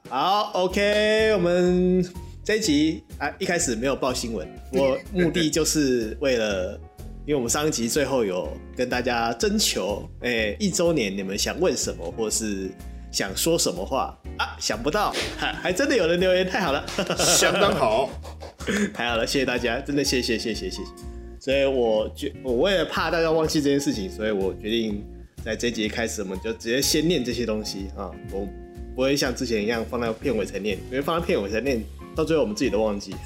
好 ，OK， 我们这一集一开始没有报新闻，我目的就是为了，因为我们上一集最后有跟大家征求，1周年你们想问什么，或是想说什么话啊？想不到，还真的有人留言，太好了， 相当好， 太好了，谢谢大家，真的谢谢。所以我为了怕大家忘记这件事情，所以我决定在这一集开始，我们就直接先念这些东西啊，我不会像之前一样放在片尾才念，因为放在片尾才念，到最后我们自己都忘记。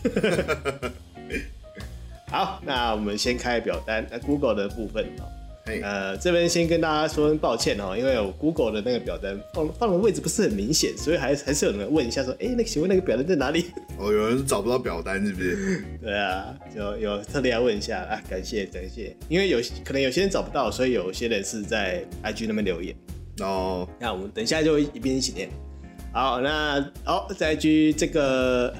好，那我们先开表单，Google 的部分这边先跟大家说抱歉因为我 Google 的那个表单放的位置不是很明显，所以还是有人问一下说，请问那个表单在哪里？ 有人找不到表单是不是？ 对啊，就有特地来问一下啊，感谢，因为可能有些人找不到，所以有些人是在 IG 那边留言。那我们等一下就一边一起念。好，那在 IG 这个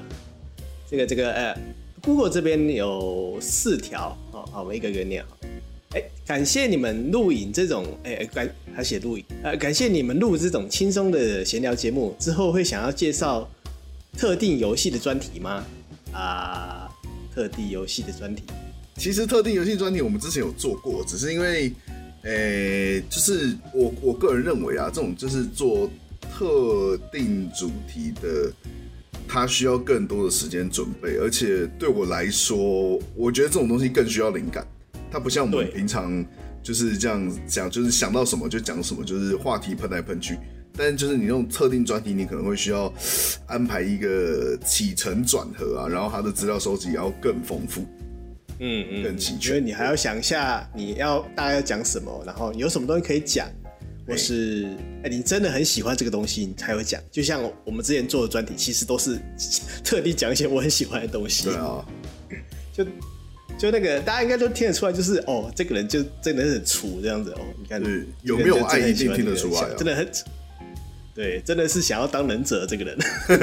Google 这边有4条，好，我们一个一个念好。感谢你们录影这种，还写录影，感谢你们录这种轻松的闲聊节目，之后会想要介绍特定游戏的专题吗？特定游戏的专题， 其实特定游戏专题我们之前有做过，只是因为，就是我个人认为啊，这种就是做特定主题的，它需要更多的时间准备，而且对我来说，我觉得这种东西更需要灵感。它不像我们平常就是这样讲，就是想到什么就讲什么，就是话题喷来喷去。但就是你那种特定专题，你可能会需要安排一个起承转合啊，然后它的资料收集也要更丰富，更齐全。 因为你还要想一下你要大概要讲什么，然后有什么东西可以讲，或是你真的很喜欢这个东西，你才会讲。就像我们之前做的专题，其实都是特地讲一些我很喜欢的东西。 对啊， 就那个大家应该都听得出来，就是这个人就真的是很粗这样子你看有没有爱一定听得出来啊， 真的很对，真的是想要当忍者这个人。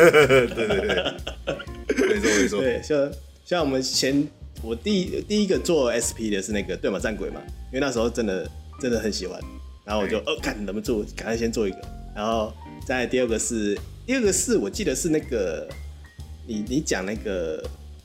对，没错。 对，像我们我第一个做 SP 的是那个对马战鬼嘛，因为那时候真的很喜欢，然后我就看怎么做，赶快先做一个，然后再来第二个是我记得是那个你讲那个。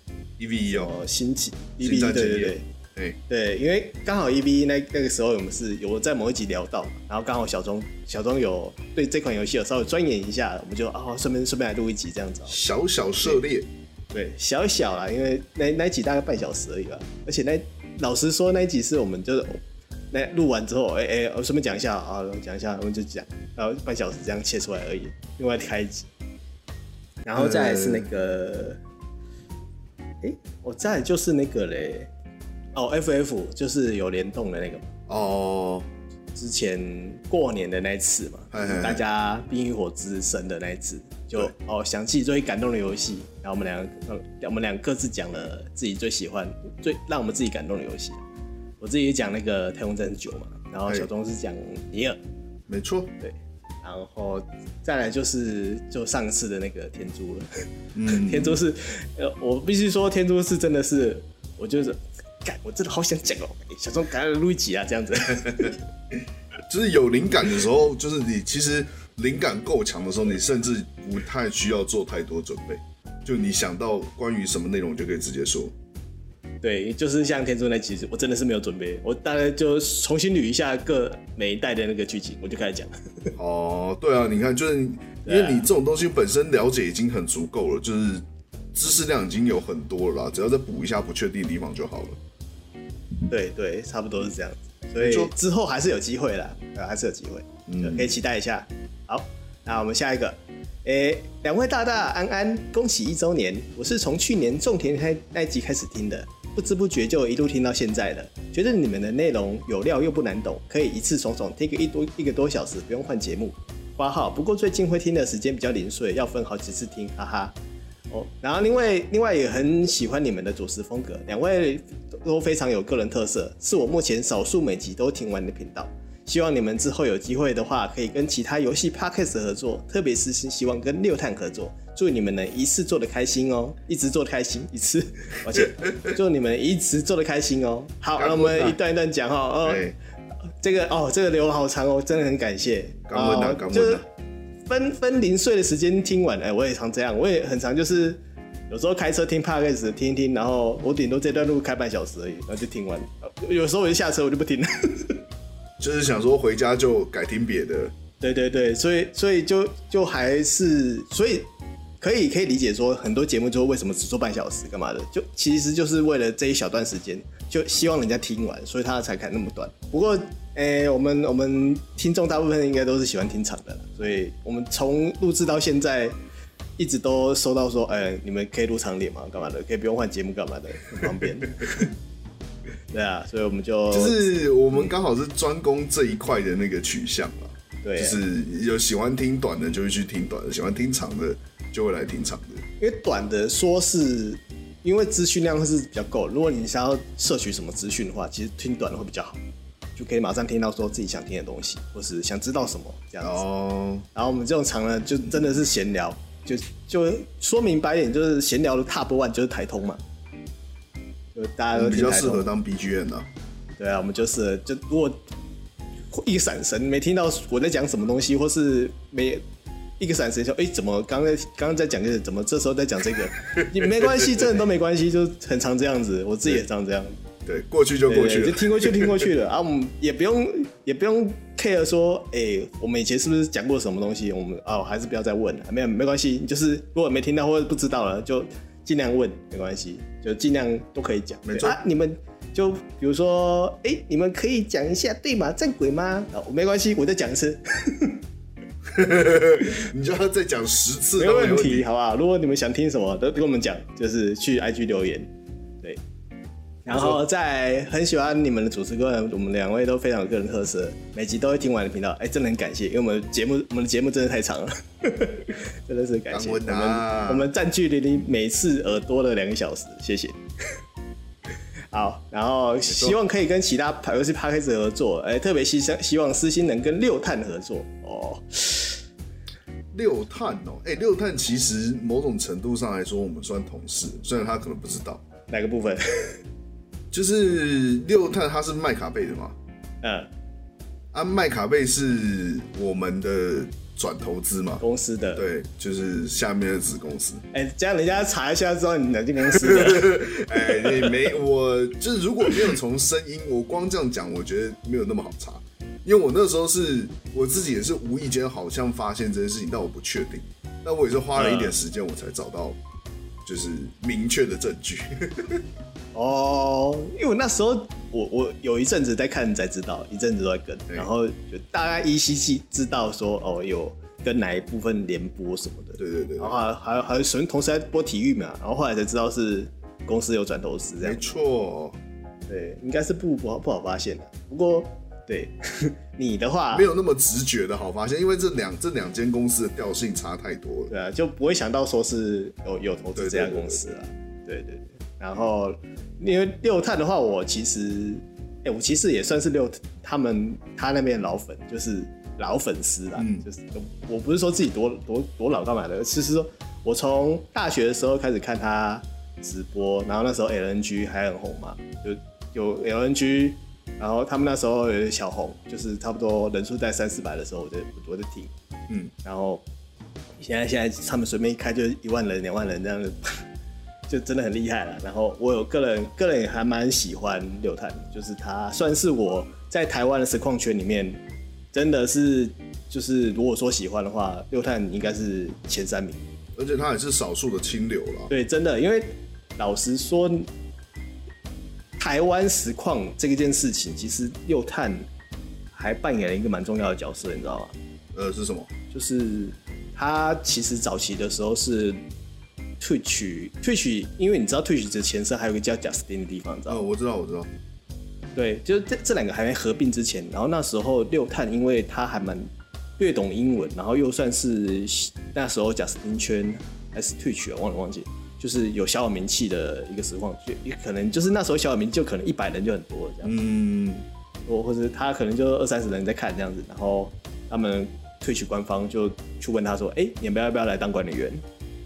EVE 星际 EVE 对，因为刚好 EVE 那个时候我们是有在某一集聊到，然后刚好小钟有对这款游戏有稍微钻研一下，我们就顺便来录一集这样子。 小涉猎， 对，小啦，因为那一集大概半小时而已吧，而且老实说那一集是我们就是录完之后，我顺便讲一下我们就讲，然后半小时这样切出来而已，另外开一集，然后再来是那个。我再来就是那个嘞，FF 就是有联动的那个之前过年的那一次嘛，大家冰与火之神的那一次，就想起最感动的游戏，然后我们俩各自讲了自己最喜欢、最让我们自己感动的游戏。我自己讲那个《太空战士9》嘛，然后小钟是讲尼尔， 没错， 对。然后再来就上次的那个天珠了，天珠是，我必须说天珠是真的是，我就是我真的好想讲小钟赶快录一集啊，这样子。 就是有灵感的时候，就是你其实灵感够强的时候，你甚至不太需要做太多准备，就你想到关于什么内容就可以直接说。 对，就是像天珠那集，我真的是没有准备，我大概就重新捋一下每一代的那个剧情，我就开始讲。 对啊，你看，就是因为你这种东西本身了解已经很足够了，就是知识量已经有很多了啦，只要再补一下不确定的地方就好了。对，差不多是这样子，所以之后还是有机会啦，还是有机会，可以期待一下。好，那我们下一个。两位大安安，恭喜1周年！我是从去年种田那一集开始听的，不知不觉就一路听到现在了。觉得你们的内容有料又不难懂，可以一次爽听一个多小时，不用换节目。括号不过最近会听的时间比较零碎，要分好几次听，哈哈。然后另外也很喜欢你们的主持风格，两位都非常有个人特色，是我目前少数每集都听完的频道。希望你们之后有机会的话，可以跟其他游戏 Podcast 合作，特别是希望跟6探合作。祝你们能一次做得开心哦，一直做得开心，抱歉，祝你们一直做得开心哦。好，那我们一段一段讲这个留好长哦，真的很感谢。 感恩。 分零碎的时间听完，我也常这样，我也很常就是有时候开车听 Podcast 听一听，然后我顶多这段路开半小时而已，然后就听完。有时候我就下车我就不听了， 就是想说回家就改听别的。 对，所以就还是所以。可以理解说很多节目就为什么只做半小时干嘛的，就其实就是为了这一小段时间，就希望人家听完，所以他才开那么短。不过，我们听众大部分应该都是喜欢听长的啦，所以我们从录制到现在一直都收到说，你们可以录长点嘛，干嘛的，可以不用换节目干嘛的，很方便。对啊，所以我们就是我们刚好是专攻这一块的那个取向嘛。 对， 就是有喜欢听短的就会去听短的，喜欢听长的就会来听长的。 因为短的说是因为资讯量是比较够，如果你想要摄取什么资讯的话，其实听短的会比较好，就可以马上听到说自己想听的东西，或是想知道什么这样子。然后我们这种长呢，就真的是闲聊，就说明白一点，就是闲聊的 Top 1就是台通嘛，就大家都听台通， 比较适合当 BGM 啊。 对啊，我们就适合，就如果一个闪神没听到我在讲什么东西，或是没一个闪神说，怎么刚刚在讲这个，怎么这时候在讲这个，也没关系，真的都没关系，就很常这样子，我自己也常这样。 对，过去就过去了， 就听过去了啊，我们也不用 care 说，我们以前是不是讲过什么东西，我们还是不要再问了，没关系，就是如果没听到或者不知道了，就尽量问，没关系，就尽量都可以讲。 没错， 你们。就比如说，你们可以讲一下对马战鬼吗？没关系，我再讲一次。 你就要再讲10次没问题，好不好？如果你们想听什么，都跟我们讲，就是去 IG 留言。对，然后再很喜欢你们的主持人，我们2位都非常有个人特色，每集都会听完的频道，真的很感谢，因为我们的节目真的太长了，真的是感谢。我们占据了你每次耳朵的2个小时，谢谢。好，然后希望可以跟其他尤其 Podcast 合作，特别希望私心能跟六探合作哦。 六探哦，六探其实某种程度上来说，我们算同事，虽然他可能不知道哪个部分。 就是六探他是麦卡贝的嘛，麦卡贝是我们的转投资嘛， 公司的， 对，就是下面的子公司。 这样人家查一下知道你哪间公司的。 我就是如果没有从声音，我光这样讲，我觉得没有那么好查，因为我那时候是我自己也是无意间好像发现这件事情，但我不确定，那我也是花了一点时间，我才找到就是明确的证据。 因为我那时候我有一阵子在看才知道，一阵子都在跟，然后就大概依稀知道说有跟哪一部分联播什么的， 对， 然后还同时在播体育嘛，然后后来才知道是公司有转投资这样， 没错， 对，应该是不好发现的，不过对你的话没有那么直觉的好发现，因为这两间公司的调性差太多了， 对啊，就不会想到说是有投资这家公司啊，对。然后，因为六探的话，我其实也算是他那边的老粉，就是老粉丝啦。就是我不是说自己多老干嘛的，其实说我从大学的时候开始看他直播，然后那时候 LNG 还很红嘛，就有 LNG，然后他们那时候有小红，就是差不多人数在300-400的时候，我在听，然后现在他们随便一开就1万人、2万人这样子。就真的很厉害了，然后我有个人也还蛮喜欢六探，就是他算是我在台湾的实况圈里面，真的是就是如果说喜欢的话，六探应该是前3名， 而且他也是少数的清流啦。 对，真的，因为老实说，台湾实况这件事情，其实六探还扮演了一个蛮重要的角色，你知道吗？ 是什么？ 就是他其实早期的时候是。Twitch， 因为你知道 Twitch 的前身还有一个叫 Justin 的地方，你知道吗？ 我知道。 对，就是这2个还没合并之前，然后那时候六探，因为他还蛮略懂英文，然后又算是那时候 Justin 圈还是 Twitch 忘记，就是有小有名气的一个实况，就可能就是那时候小有名气就可能100人就很多了这样，或者他可能就20-30人在看这样子，然后他们 Twitch 官方就去问他说，你要不要来当管理员？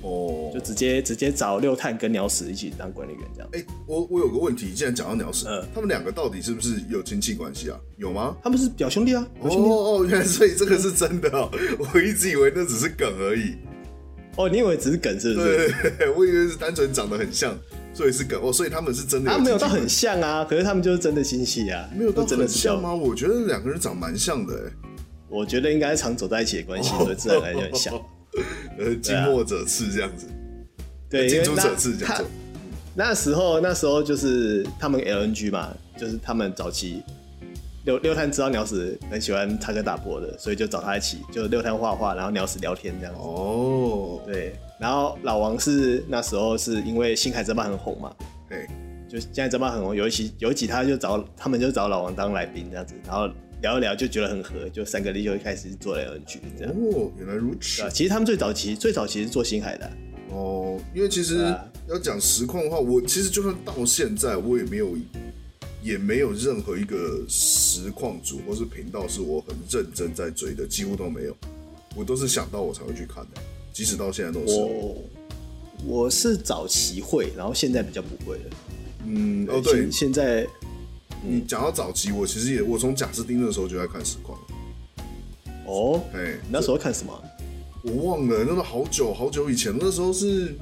哦，就直接找六探跟鸟屎一起当管理员这样。 我有个问题，既然讲到鸟屎，他们两个到底是不是有亲戚关系啊？有吗？ 他们是表兄弟啊。 原来所以这个是真的哦，我一直以为那只是梗而已。 你以为只是梗是不是？ 对，我以为是单纯长得很像，所以是梗所以他们是真的有亲戚关系。 他没有到很像啊，可是他们就是真的亲戚啊。 没有到很像吗？我觉得两个人长蛮像的我觉得应该是常走在一起的关系，所以自然而然就很像。 近墨者赤这样子。 对， 近朱者赤这样子。 那时候就是他们 LNG 嘛，就是他们早期六探知道鸟屎很喜欢插科打诨的，所以就找他一起，就六探画画，然后鸟屎聊天这样子。对，然后老王是那时候是因为星海争霸很红嘛，就现在争霸很红，有一集他们就找老王当来宾这样子，然后聊一聊就觉得很合，就3个力就开始做 LNG 这样。 原来如此。 其实他们最早期是做星海的。 因为其实要讲实况的话，我其实就算到现在，我也没有任何一个实况组或是频道是我很认真在追的，几乎都没有。我都是想到我才会去看的，即使到现在都是。 我是早期会，然后现在比较不会了。 对， 现在你讲到早期，我其实我从贾斯汀的时候就在看实况。 你那时候看什么？ 我忘了，那个好久以前，那时候是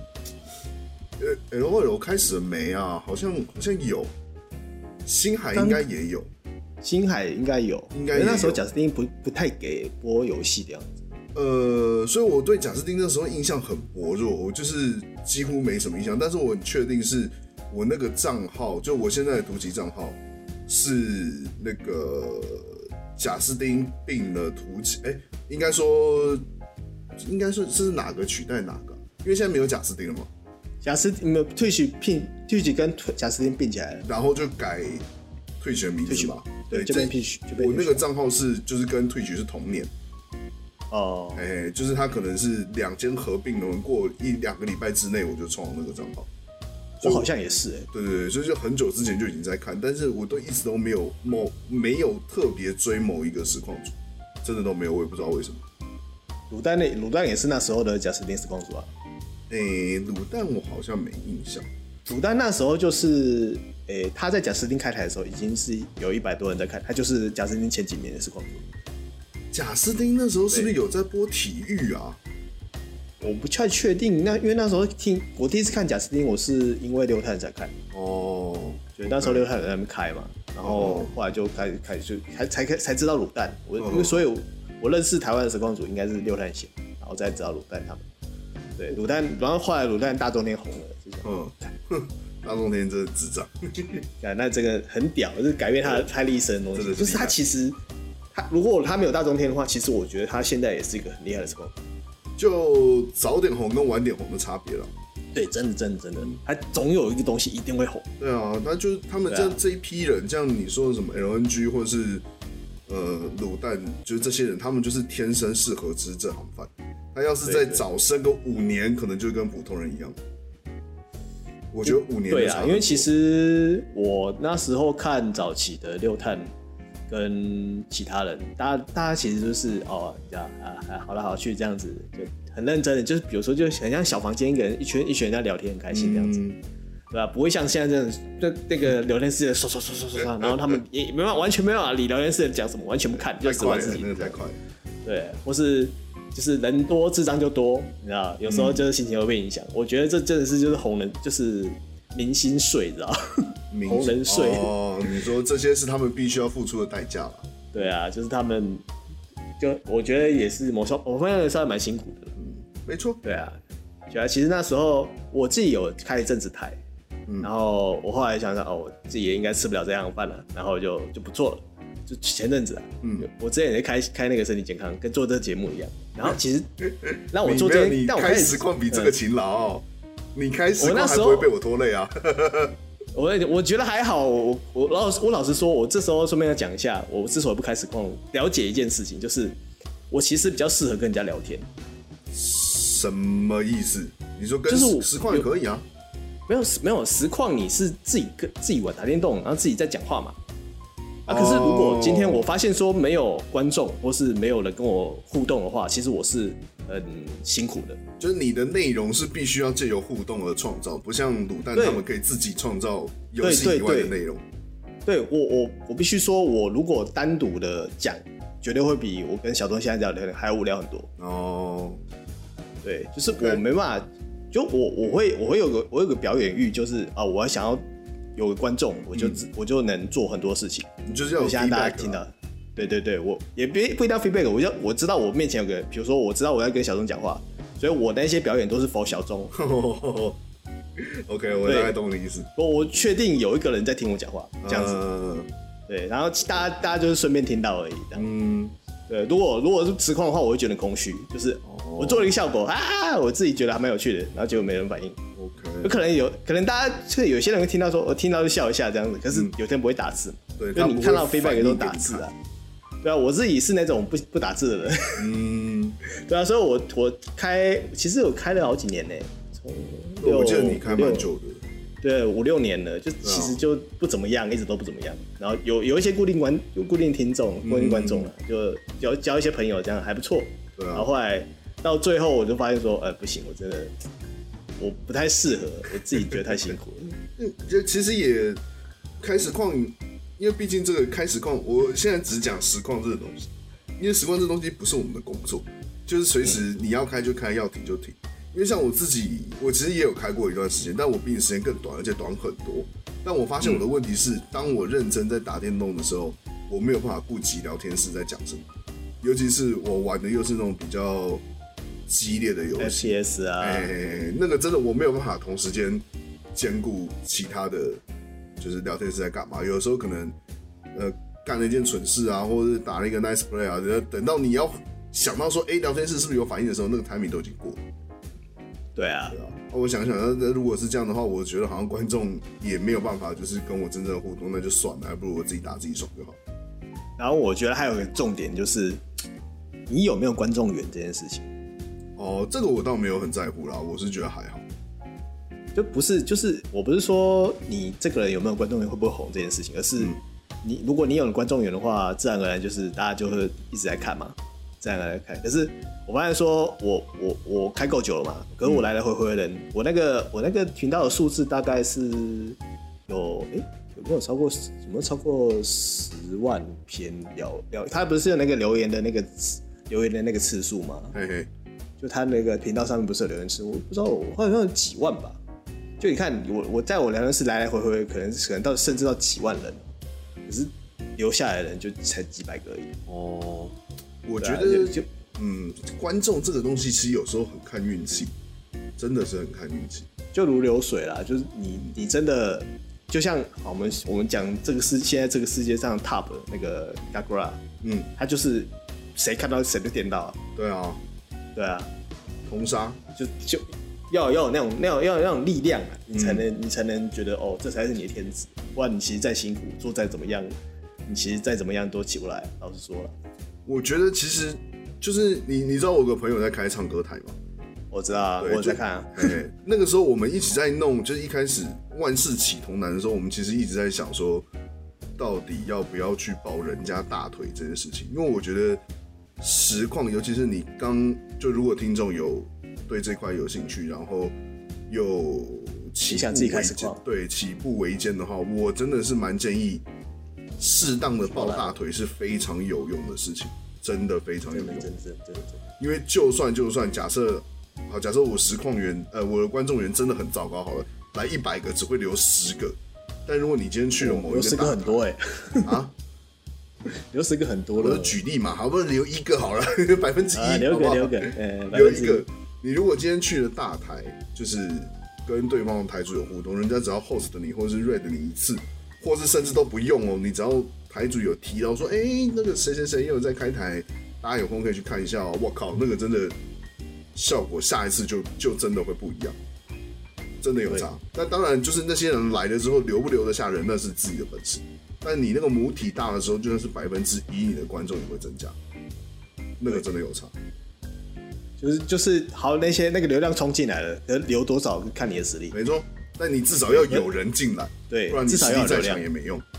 LOL 开始了没啊？好像有，星海应该也有， 星海应该有，那时候贾斯汀不太给播游戏的样子。 所以我对贾斯汀那时候印象很薄弱，我就是几乎没什么印象。但是我很确定是我那个账号，就我现在的图奇账号是那个贾斯汀并了图奇，应该说是哪个取代哪个？因为现在没有贾斯汀了嘛。 贾斯汀没有Twitch跟贾斯汀并起来了， 然后就改Twitch的名字嘛。 对，就变 Twitch。 我那个账号就是跟 Twitch 是同年。就是他可能是2间合并了，过1-2个礼拜之内我就创了那个账号。 我好像也是对，所以就很久之前就已经在看，但是我都一直都没有特别追某一个实况组，真的都没有，我也不知道为什么。 卤蛋也是那时候的贾斯汀实况组啊。 卤蛋我好像没印象。 卤蛋那时候就是，他在贾斯汀开台的时候已经是有100多人在看，他就是贾斯汀前几年的实况组。 贾斯汀那时候是不是有在播体育啊？ 我不太确定，因为那时候我第一次看贾斯汀，我是因为六探才看。就那时候六探在那边开嘛，然后后来就开始才知道卤蛋。所以我认识台湾的实况组应该是六探先，然后再知道卤蛋他们。对，卤蛋，然后后来卤蛋大冬天红了， 大冬天真的智障。 那这个很屌，就是改变他历史的东西。就是他其实如果他没有大冬天的话，其实我觉得他现在也是一个很厉害的实况组。 就早点红跟晚点红的差别了。 对，真的，他总有一个东西一定会红。 对啊，那就是他们这一批人，像你说的什么 LNG 或者是卤蛋，就是这些人，他们就是天生适合吃这行饭。他要是再早生个5年，可能就跟普通人一样。我觉得5年对啊，因为其实我那时候看早期的六探跟其他人，大家其实就是好来好去这样子，就很认真的，就是比如说就很像小房间一个人一群人在聊天，很开心这样子，对吧？不会像现在这样，那个聊天室的刷，然后他们也完全没办法理聊天室的讲什么，完全不看，就只玩自己， 那个太快了。 对，或是就是人多智障就多，你知道，有时候就是心情会被影响。我觉得这真的是就是红人，就是明星税，你知道。红人税你说这些是他们必须要付出的代价吧？ 对啊，就是他们，就我觉得也是某方面也算蛮辛苦的。 没错。 对啊，其实那时候我自己有开一阵子台，然后我后来想想，我自己也应该吃不了这样的饭了，然后就不做了。就前阵子我之前也在开那个身体健康，跟做这个节目一样。然后其实让我做这些，但我开实况比这个勤劳你开实况还不会被我拖累啊。 我觉得还好，我老实说，我这时候顺便要讲一下，我之所以不开实况，了解一件事情，就是我其实比较适合跟人家聊天。 什么意思？你说跟实况也可以啊？ 没有实况，你是自己玩打电动，然后自己在讲话嘛。 可是如果今天我发现说没有观众或是没有人跟我互动的话，其实我是很辛苦的。 就是你的内容是必须要借由互动而创造，不像卤蛋他们可以自己创造游戏以外的内容。 对，我必须说，我如果单独的讲，绝对会比我跟小东现在聊天还要无聊很多。哦，对，就是我没办法，就我会有个表演欲，就是啊，我想要有个观众，我就能做很多事情。 你就是要有 feedback， 现在大家听到，对，我也不一定要 feedback， 我知道我面前有个，比如说我知道我在跟小钟讲话，所以我那些表演都是 for 小钟。 OK， 我大概懂你的意思。 我确定有一个人在听我讲话，这样子。对，然后大家就是顺便听到而已。对，如果是实况的话，我会觉得空虚，就是我做了一个效果啊，我自己觉得还蛮有趣的，然后结果没人反应。 OK， 可能大家有些人会听到说，我听到就笑一下这样子，可是有些人不会打字嘛。 对， 就你看到 feedback 都打字啊。对啊，我自己是那种不打字的人。对啊，所以我其实我开了好几年呢。 我记得你开蛮久的， 对，5、6年了，就其实就不怎么样，一直都不怎么样。然后有一些固定听众、固定观众了，就交一些朋友，这样还不错。 对啊。 然后后来到最后，我就发现说，不行，我真的我不太适合，我自己觉得太辛苦了。 其实也开实况，因为毕竟这个开实况，我现在只讲实况这个东西，因为实况这东西不是我们的工作，就是随时你要开就开，要停就停。因为像我自己，我其实也有开过一段时间，但我比你时间更短，而且短很多。但我发现我的问题是，当我认真在打电动的时候，我没有办法顾及聊天室在讲什么，尤其是我玩的又是那种比较激烈的游戏 ，FPS 啊， 那个真的我没有办法同时间兼顾其他的，就是聊天室在干嘛。有的时候可能干了一件蠢事啊，或者是打了一个 nice play 啊，等到你要想到说，聊天室是不是有反应的时候，那个 timing 都已经过了。 对啊， 我想想，如果是这样的话，我觉得好像观众也没有办法，就是跟我真正的互动，那就算了，还不如我自己打自己爽就好。 然后我觉得还有一个重点就是，你有没有观众缘这件事情。 这个我倒没有很在乎啦，我是觉得还好。 就是我不是说你这个人有没有观众缘会不会红这件事情，而是如果你有观众缘的话，自然而然就是大家就会一直在看嘛。这样来看，可是我发现说我开够久了嘛，可是我来来回回的人，我那个频道的数字大概是有没有超过10万篇聊，他不是有那个留言的那个次数吗？就他那个频道上面不是有留言次数，我不知道我好像有几万吧。就你看我在我聊天室来来回回，可能到甚至到几万人，可是留下来的人就才几百个而已。 我觉得观众这个东西其实有时候很看运气，真的是很看运气， 就如流水啦。就是你真的就像我们讲这个现在这个世界上 top 的那个 Gagura，他就是谁看到谁就点到。 对啊，通杀就要有那种力量啊，你才能觉得这才是你的天职。不然你其实再辛苦做再怎么样，你其实再怎么样都起不来。老实说了。 我觉得其实就是你知道我有个朋友在开唱歌台吗？ 我知道啊，我在看啊。 那个时候我们一起在弄，就是一开始万事起头难的时候，我们其实一直在想说，到底要不要去抱人家大腿这件事情？因为我觉得实况，尤其是你如果听众有对这块有兴趣，然后有起步维艰的话，我真的是蛮建议。适当的抱大腿是非常有用的事情，真的非常有用。真的。因为就算假设我实况员，我的观众缘真的很糟糕好了，来100个只会留10个，但如果你今天去了某一个大台， 留10个很多留10个很多了。 我就举例嘛，好不容易留1个好了1%， 留 1个。你如果今天去了大台，就是跟对方的台主有互动，人家只要 host 你或是 raid 你一次。或是甚至都不用你只要台主有提到说，那个谁谁谁也有在开台，大家有空可以去看一下我靠，那个真的效果下一次就真的会不一样，真的有差。那当然就是那些人来了之后留不留得下人，那是自己的本事。但你那个母体大的时候，就算是1%，你的观众也会增加，那个真的有差。 就是好，那个流量冲进来了，留多少看你的实力。 没错。但你至少要有人进来， 对， 不然你实力再强也没用。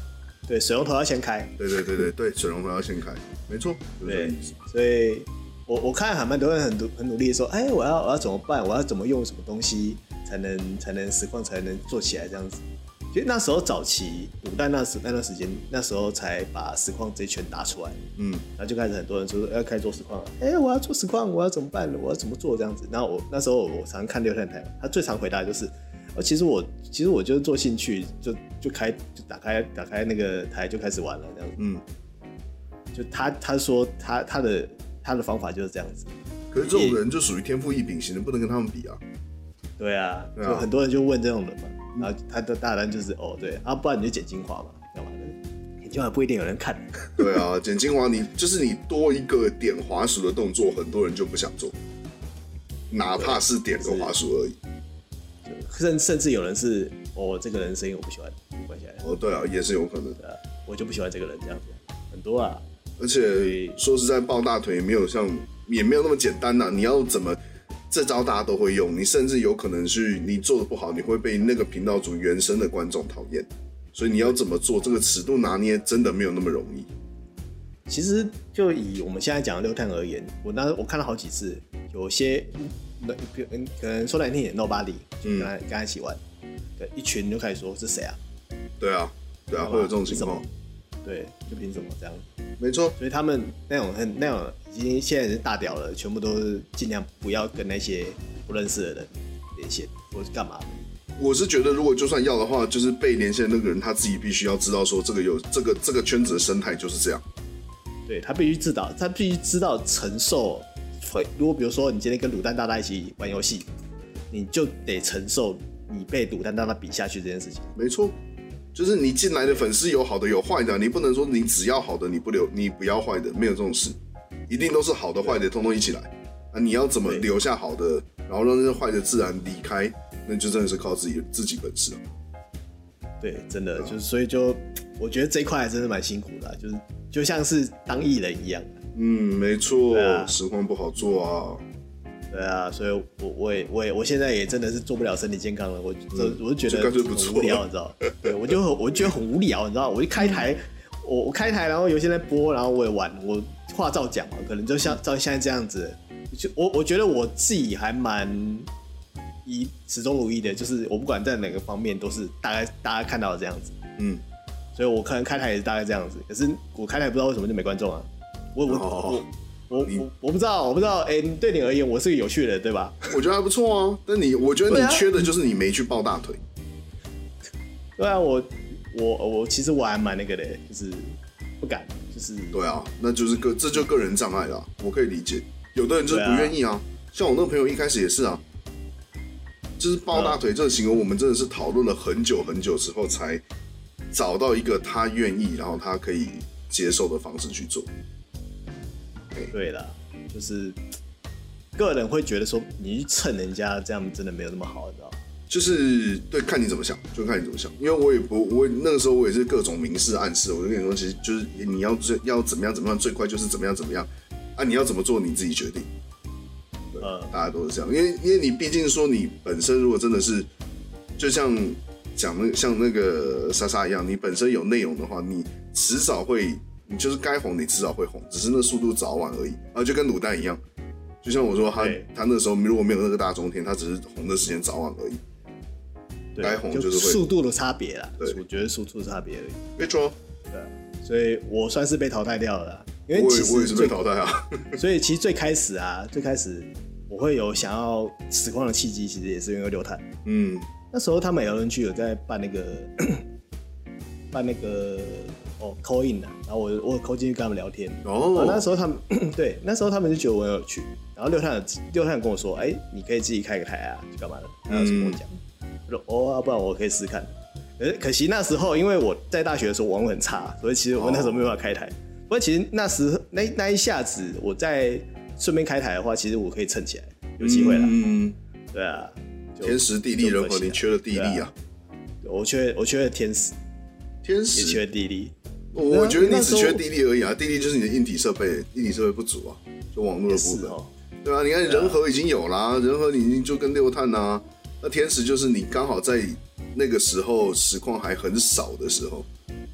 对，水龙头要先开。 对，水龙头要先开，没错。 对，所以我看还蛮多人很努力的说，哎，我要怎么办？我要怎么用什么东西才能实况才能做起来这样子？其实那时候早期卤蛋那段时间，那时候才把实况这一圈打出来，然后就开始很多人说要开始做实况了，哎，我要做实况，我要怎么办？我要怎么做这样子？然后那时候我常常看六探台，他最常回答的就是，其实我就是做兴趣，就打开那个台就开始玩了这样子，就他说他的方法就是这样子。 可是这种人就属于天赋异禀型的，不能跟他们比啊。 对啊，就很多人就问这种人嘛。然后他的大单就是对啊，不然你就剪精华嘛，干嘛的？剪精华不一定有人看。 对啊，剪精华你多一个点滑鼠的动作，很多人就不想做，哪怕是点个滑鼠而已。 甚至有人是这个人声音我不喜欢，关起来。 对啊，也是有可能。 对啊，我就不喜欢这个人这样子，很多啊。 而且说实在，抱大腿也没有那么简单呐，你要怎么？这招大家都会用，你甚至有可能你做的不好，你会被那个频道主原生的观众讨厌，所以你要怎么做，这个尺度拿捏真的没有那么容易。 其实就以我们现在讲的六探而言，我看了好几次，有些可能说难听点 ，nobody 就跟他一起玩，对，一群就开始说是谁啊？ 对啊，会有这种情况。 对，就凭什么这样？ 没错， 所以他们那种已经现在是大屌了，全部都是尽量不要跟那些不认识的人连线，或是干嘛的。 我是觉得，如果就算要的话，就是被连线的那个人他自己必须要知道说，这个圈子的生态就是这样。 对，他必须知道承受。如果比如说你今天跟卤蛋大大一起玩游戏，你就得承受你被卤蛋大大比下去这件事情。 没错。就是你进来的粉丝有好的有坏的，你不能说你只要好的，你不要坏的，没有这种事，一定都是好的坏的通通一起来啊！你要怎么留下好的，然后让那些坏的自然离开，那就真的是靠自己本事。 对，真的就是，所以我觉得这一块还真的蛮辛苦的，就像是当艺人一样。 没错，实况不好做啊。 对啊，所以我现在也真的是做不了身体健康了，我就觉得很无聊，你知道？对，我就觉得很无聊，你知道？我一开台，我开台，然后有些在播，然后我也玩，我话照讲嘛，可能就像照现在这样子，我觉得我自己还蛮始终如一的，就是我不管在哪个方面都是大家看到的这样子，所以我可能开台也是大概这样子，可是我开台不知道为什么就没观众啊，我不知道，对你而言，我是个有趣的人，对吧？ 我觉得还不错啊，但我觉得你缺的就是你没去抱大腿。 对啊，我其实我还蛮那个的，就是不敢，就是对啊，那就是这就个人障碍啦，我可以理解。有的人就是不愿意啊，像我那个朋友一开始也是啊，就是抱大腿这个行为，我们真的是讨论了很久很久之后，才找到一个他愿意，然后他可以接受的方式去做。 对啦，就是个人会觉得说，你去蹭人家这样真的没有那么好，你知道吗？ 就是对，看你怎么想，就看你怎么想。因为我那个时候我也是各种明示暗示，我就跟你说，其实就是你要怎么样，最快就是怎么样啊，你要怎么做你自己决定。对，大家都是这样，因为你毕竟说你本身如果真的是，就像像那个莎莎一样，你本身有内容的话，你迟早会。你就是该红，你迟早会红，只是那速度早晚而已。就跟卤蛋一样，就像我说他那时候如果没有那个大中天，他只是红的时间早晚而已。该红就是会速度的差别啦，我觉得速度的差别而已。 没错， 对，所以我算是被淘汰掉了啦。因为我也是被淘汰啊。 所以其实最开始我会有想要实况的契机，其实也是因为六探。那时候他们 LNG 有在办那个。call in 的，然后我 call 进去跟他们聊天。那时候他们对，那时候他们就觉得我很有趣。然后六探跟我说：“你可以自己开个台啊，就干嘛的？”他有什么跟我讲？我说：“不然我可以试试看。”可惜那时候因为我在大学的时候网络很差，所以其实我那时候没有办法开台。不过其实那一下子我在顺便开台的话，其实我可以蹭起来，有机会啦。对啊， 天时地利人和，你缺了地利啊。 我缺了天时，也缺地利。 我觉得你只缺地利而已啊，地利就是你的硬体设备不足啊，就网络的部分，对啊，你看人和已经有啦，人和你已经就跟六探啊，那天时就是你刚好在那个时候实况还很少的时候，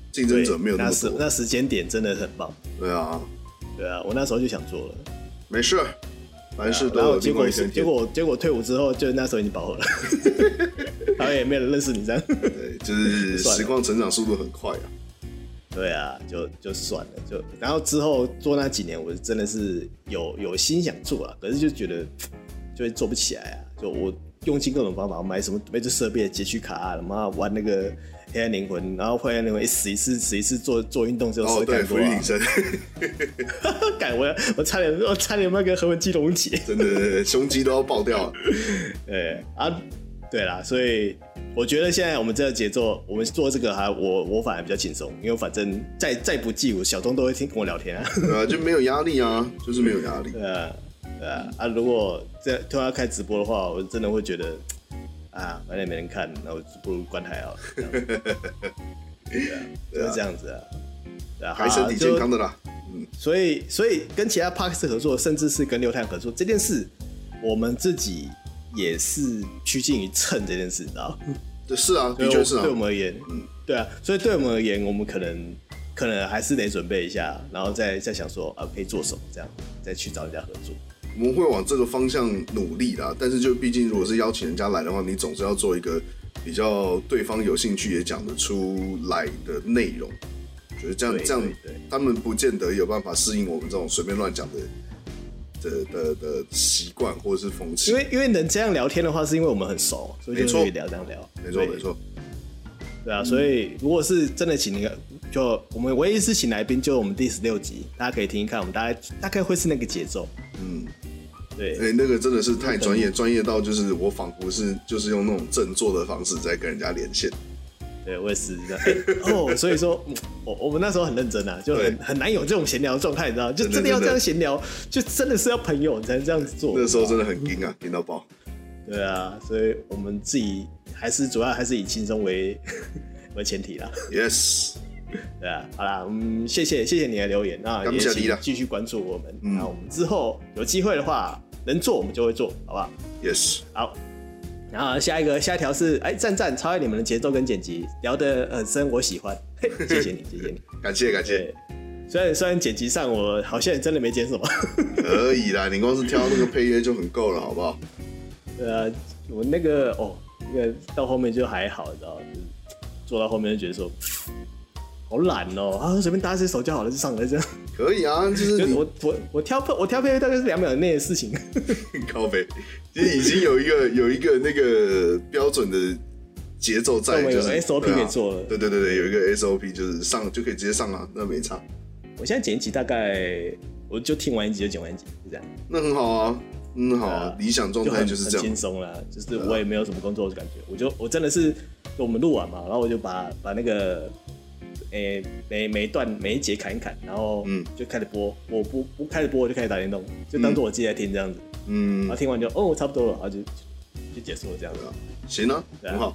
竞争者没有那么多。 那时间点真的很棒。 对啊， 我那时候就想做了。 没事，凡事都有另外一天。 结果退伍之后，就那时候已经饱和了，然后也没有人认识你这样。 对，就是时光成长速度很快啊。 对啊，就算了，然后之后做那几年，我真的是有心想做啊，可是就觉得就会做不起来啊。就我用尽各种方法，买什么设备、截取卡啊，妈玩那个黑暗灵魂，然后黑暗灵魂死一次做运动之后， 对，俯卧撑， 改我差点那个横纹肌溶解， 真的胸肌都要爆掉了。 对啦，所以我觉得现在我们这个节奏，我们做这个我反而比较轻松，因为反正再不济，我小钟都会跟我聊天啊。 对啊，就没有压力啊，就是没有压力。 对啊，如果突然要开直播的话，我真的会觉得啊，反正没人看，那我不如关台好了。对啊，就是这样子啊。对啊， 还身体健康的啦。 所以跟其他 Podcast 合作，甚至是跟流碳合作这件事，我们自己也是趋近于蹭这件事，你知道？ 是啊，的确是啊。 对我们而言，对啊，所以对我们而言，我们可能还是得准备一下，然后再想说啊，可以做什么，这样再去找人家合作。 我们会往这个方向努力啦，但是就毕竟如果是邀请人家来的话，你总是要做一个比较对方有兴趣也讲得出来的内容。觉得这样，他们不见得有办法适应我们这种随便乱讲的习惯或者是风气。 因为能这样聊天的话，是因为我们很熟，所以就可以这样聊。 没错。 对啊，所以如果是真的请那个，就我们唯一是请来宾，就我们第16集，大家可以听一看，我们大概会是那个节奏。对， 那个真的是太专业，专业到就是我仿佛是就是用那种正坐的方式在跟人家连线。 对，我也是这样。所以说，我们那时候很认真啊，就很难有这种闲聊的状态，你知道，就真的要这样闲聊，就真的是要朋友才能这样子做。 那时候真的很硬啊，硬到爆。 对啊，所以我们自己主要还是以轻松为前提啦。 Yes。 对啊，好啦，谢谢你的留言啊，也请继续关注我们。那我们之后有机会的话，能做我们就会做，好不好 ？Yes。 好。然后下一条是，赞，超爱你们的节奏跟剪辑，聊得很深，我喜欢。谢谢你， 感谢。 虽然剪辑上我好像真的没剪什么。 可以啦，你光是挑那个配乐就很够了，好不好？ 对啊，我那个到后面就还好，你知道，就是做到后面就觉得说，好懒哦，随便搭一些手就好了，就上来这样。 可以啊，就是我挑配乐大概是2秒以内的事情。 靠北，其实已经有一个那个标准的节奏在，就是 SOP 可以做了。 对，有一个 SOP 就是上就可以直接上啊，那没差。 我现在剪一集大概我就听完一集就剪完一集，就这样。 那很好啊，好啊，理想状态就是这样， 很轻松啦，就是我也没有什么工作的感觉，我真的是我们录完嘛，然后我就把那个。每一节砍一砍，然后就开始播。我不开始播，我就开始打电动，就当做我自己在听这样子。然后听完就差不多了，然后就结束了这样子。 行啊，很好。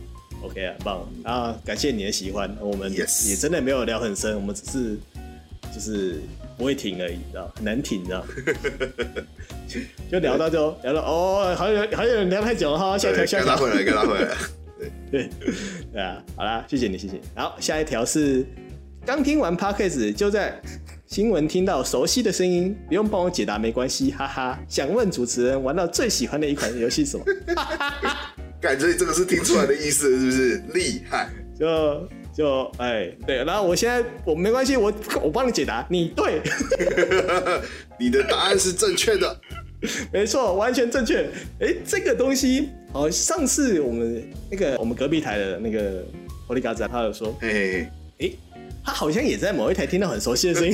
OK 啊，棒啊！感谢你的喜欢，我们也真的没有聊很深，我们只是就是不会停而已，知道很难停，知道就聊到好有人聊太久了哈，下一条， 拉回来。 对啊，好啦，谢谢你。好，下一条是刚听完 Podcast 就在新闻听到熟悉的声音，不用帮我解答没关系，哈哈。想问主持人玩到最喜欢的一款游戏是什么？ 感觉这个是听出来的意思，是不是？厉害！ 对，然后我没关系，我帮你解答，你对， 你的答案是正确的。 没错，完全正确。这个东西，上次我们隔壁台的那个狐狸嘎子，他有说，他好像也在某一台听到很熟悉的声音，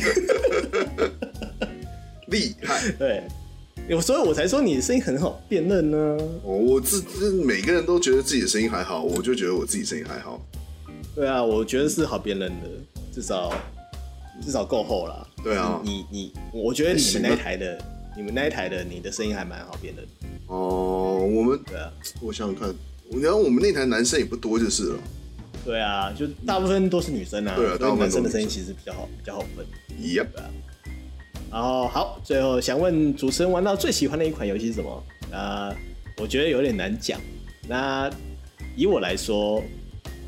厉害。 对，所以我才说你的声音很好辨认呢。 我每个人都觉得自己的声音还好，我就觉得我自己声音还好。 对啊，我觉得是好辨认的，至少够厚啦。 对啊， 我觉得你们那一台的，你的声音还蛮好辨认的。 对啊，我想想看，然后我们那台男生也不多就是了。 对啊，就大部分都是女生啊。 对啊，大部分男生的声音其实比较好分。 Yep。 然后好，最后想问主持人玩到最喜欢的一款游戏是什么？我觉得有点难讲。那以我来说，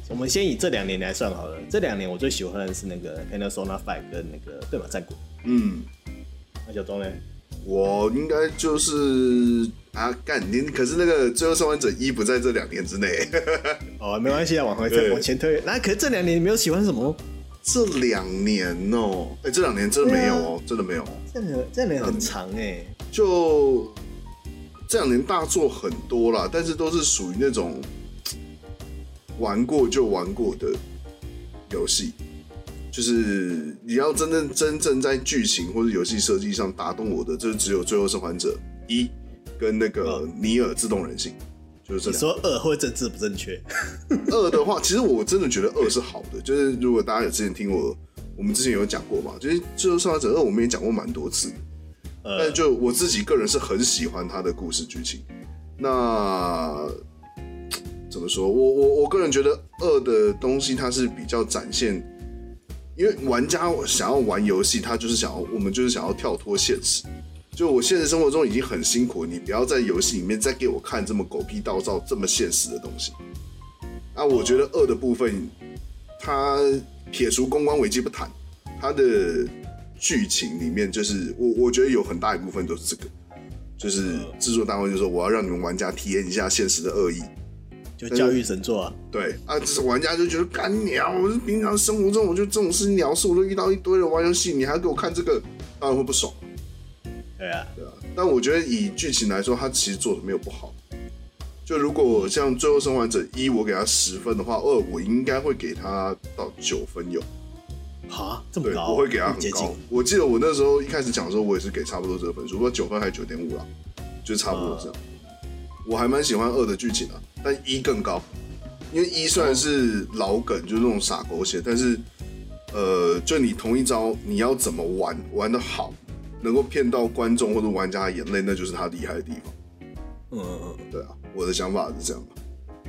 我们先以这2年来算好了。这2年我最喜欢的是那个 Persona 5跟那个对马战鬼。那小钟呢？ 我应该就是可是那个《最后生还者1》不在这2年之内。 哦，没关系啊，往前推。那可是这2年你没有喜欢什么？ 这2年哦，这2年真的没有哦，真的没有。 这2年很长哎。 就这2年大作很多啦，但是都是属于那种玩过就玩过的游戏。就是你要真正在剧情或者游戏设计上打动我的，就是只有《最后生还者1》跟那个《尼尔：自动人性》，就是这2。 你说2会政治不正确 ？2的话，其实我真的觉得2是好的。就是如果大家有之前听我们之前有讲过嘛，就是《最后生还者2》我们也讲过蛮多次。但就我自己个人是很喜欢他的故事剧情。那怎么说？我个人觉得2的东西它是比较展现。因为玩家想要玩游戏，他就是我们就是想要跳脱现实。就我现实生活中已经很辛苦，你不要在游戏里面再给我看这么狗屁倒灶、这么现实的东西。我觉得2的部分，它撇除公关危机不谈，它的剧情里面就是我觉得有很大一部分都是这个，就是制作单位就说我要让你们玩家体验一下现实的恶意。 就教育神作啊， 对啊，玩家就觉得干鸟，我是平常生活中我就这种事鸟事我都遇到一堆人玩游戏，你还给我看这个，当然会不爽。 对啊， 但我觉得以剧情来说，它其实做的没有不好。就如果像《最后生还者1》，我给他10分的话，2我应该会给他到9分有。 这么高？ 我会给他很高。我记得我那时候一开始讲的时候，我也是给差不多这个分数，不知道9分还是9.5啦，就差不多这样。我还蛮喜欢2的剧情啊，但1更高，因为1虽然是老梗，就是那种傻狗血，但是就你同一招，你要怎么玩得好，能够骗到观众或者玩家的眼泪，那就是他厉害的地方。对啊，我的想法是这样吧。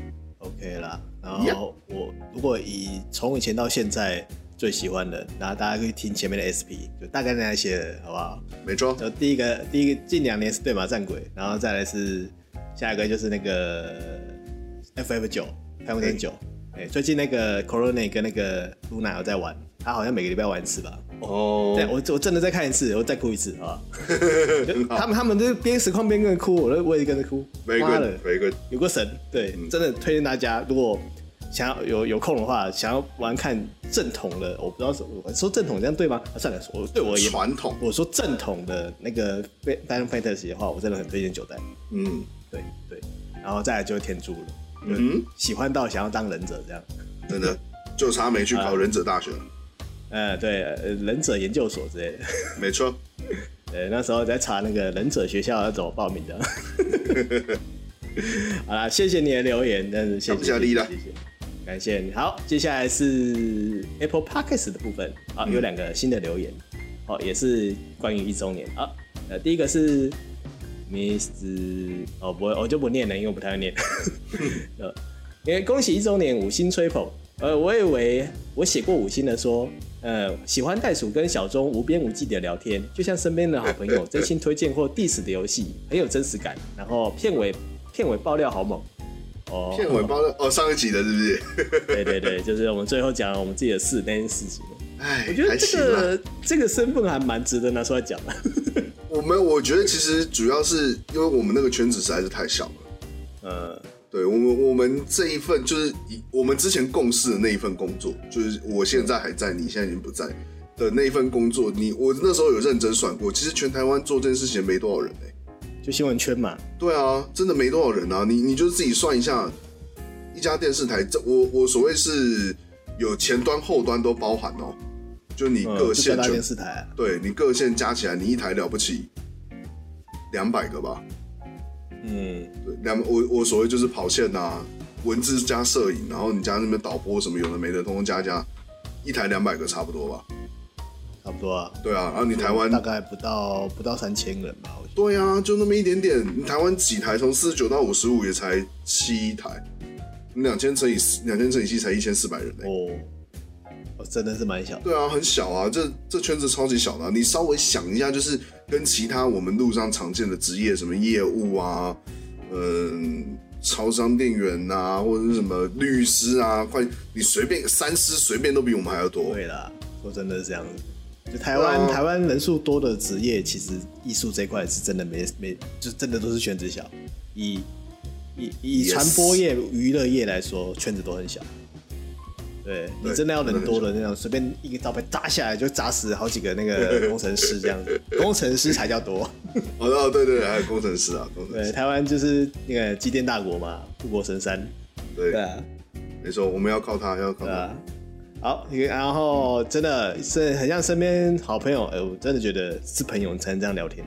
OK 啦，然后我如果从以前到现在最喜欢的，然后大家可以听前面的 SP， 就大概那些，好不好？ 没错。 就第一个近2年是对马战鬼，然后再来是。下一个就是那个 FF9 太空天9，最近那个 Corona 跟那个 Luna 有在玩，他好像每个礼拜玩1次吧。对，我真的再看1次，我再哭1次，好不好？他们就边实况边跟着哭，我也跟着哭。妈的，有个神，对，真的推荐大家，如果想要有空的话，想要玩看正统的，我不知道说正统这样对吗？算了，对我而言传统， 我说正统的那个 Final Fantasy 的话，我真的很推荐9代。对，然后再来就是天诛了。喜欢到想要当忍者这样， 真的就差没去考忍者大学了。 对，忍者研究所之类的。 没错。 对，那时候在查那个忍者学校要怎么报名的。好啦，谢谢你的留言，但是谢谢，感谢你。好，接下来是 Apple Podcast 的部分，有2个新的留言，也是关于1周年。第一个是。我就不念了，因为我不太会念。因为恭喜1周年5星吹捧。我以为我写过5星的说，喜欢袋鼠跟小钟无边无际的聊天，就像身边的好朋友真心推荐或 diss 的游戏，很有真实感。然后片尾爆料好猛。 片尾爆料上一集的是不是？对，就是我们最后讲了我们自己的那件事情。我觉得这个身份还蛮值得拿出来讲的。 我觉得其实主要是因为我们那个圈子实在是太小了。对，我们这一份就是我们之前共事的那一份工作，就是我现在还在，你现在已经不在的那一份工作，我那时候有认真算过，其实全台湾做这件事情没多少人就新闻圈嘛。 对啊，真的没多少人啊，你就自己算一下，一家电视台，我所谓是有前端后端都包含哦。就你各线电视台对你各线加起来，你一台了不起200个吧。对，我所谓就是跑线啊，文字加摄影，然后你加那边导播什么有的没的，通通加一台200个差不多吧。 差不多啊。对啊，然后你台湾大概不到3000人吧。 对啊，就那么一点点。你台湾几台从49到55也才7台，2000乘以7才1400人真的是蛮小的。 对啊，很小啊，这圈子超级小的你稍微想一下，就是跟其他我们路上常见的职业，什么业务啊， 超商店员啊，或者是什么律师啊，你随便3师随便都比我们还要多。 对啦，说真的是这样子。就台湾人数多的职业，其实艺术这一块是真的没，就真的都是圈子小。以传播业、娱乐业来说，圈子都很小。对，你真的要人多的那种，随便一个招牌砸下来就砸死好几个那个工程师这样子，工程师才叫多。 哦，对，还有工程师啊， 对，台湾就是那个机电大国嘛，富国神山。 对啊，没错，我们要靠他，要靠他。 好，然后真的是很像身边好朋友，我真的觉得是朋友才能这样聊天。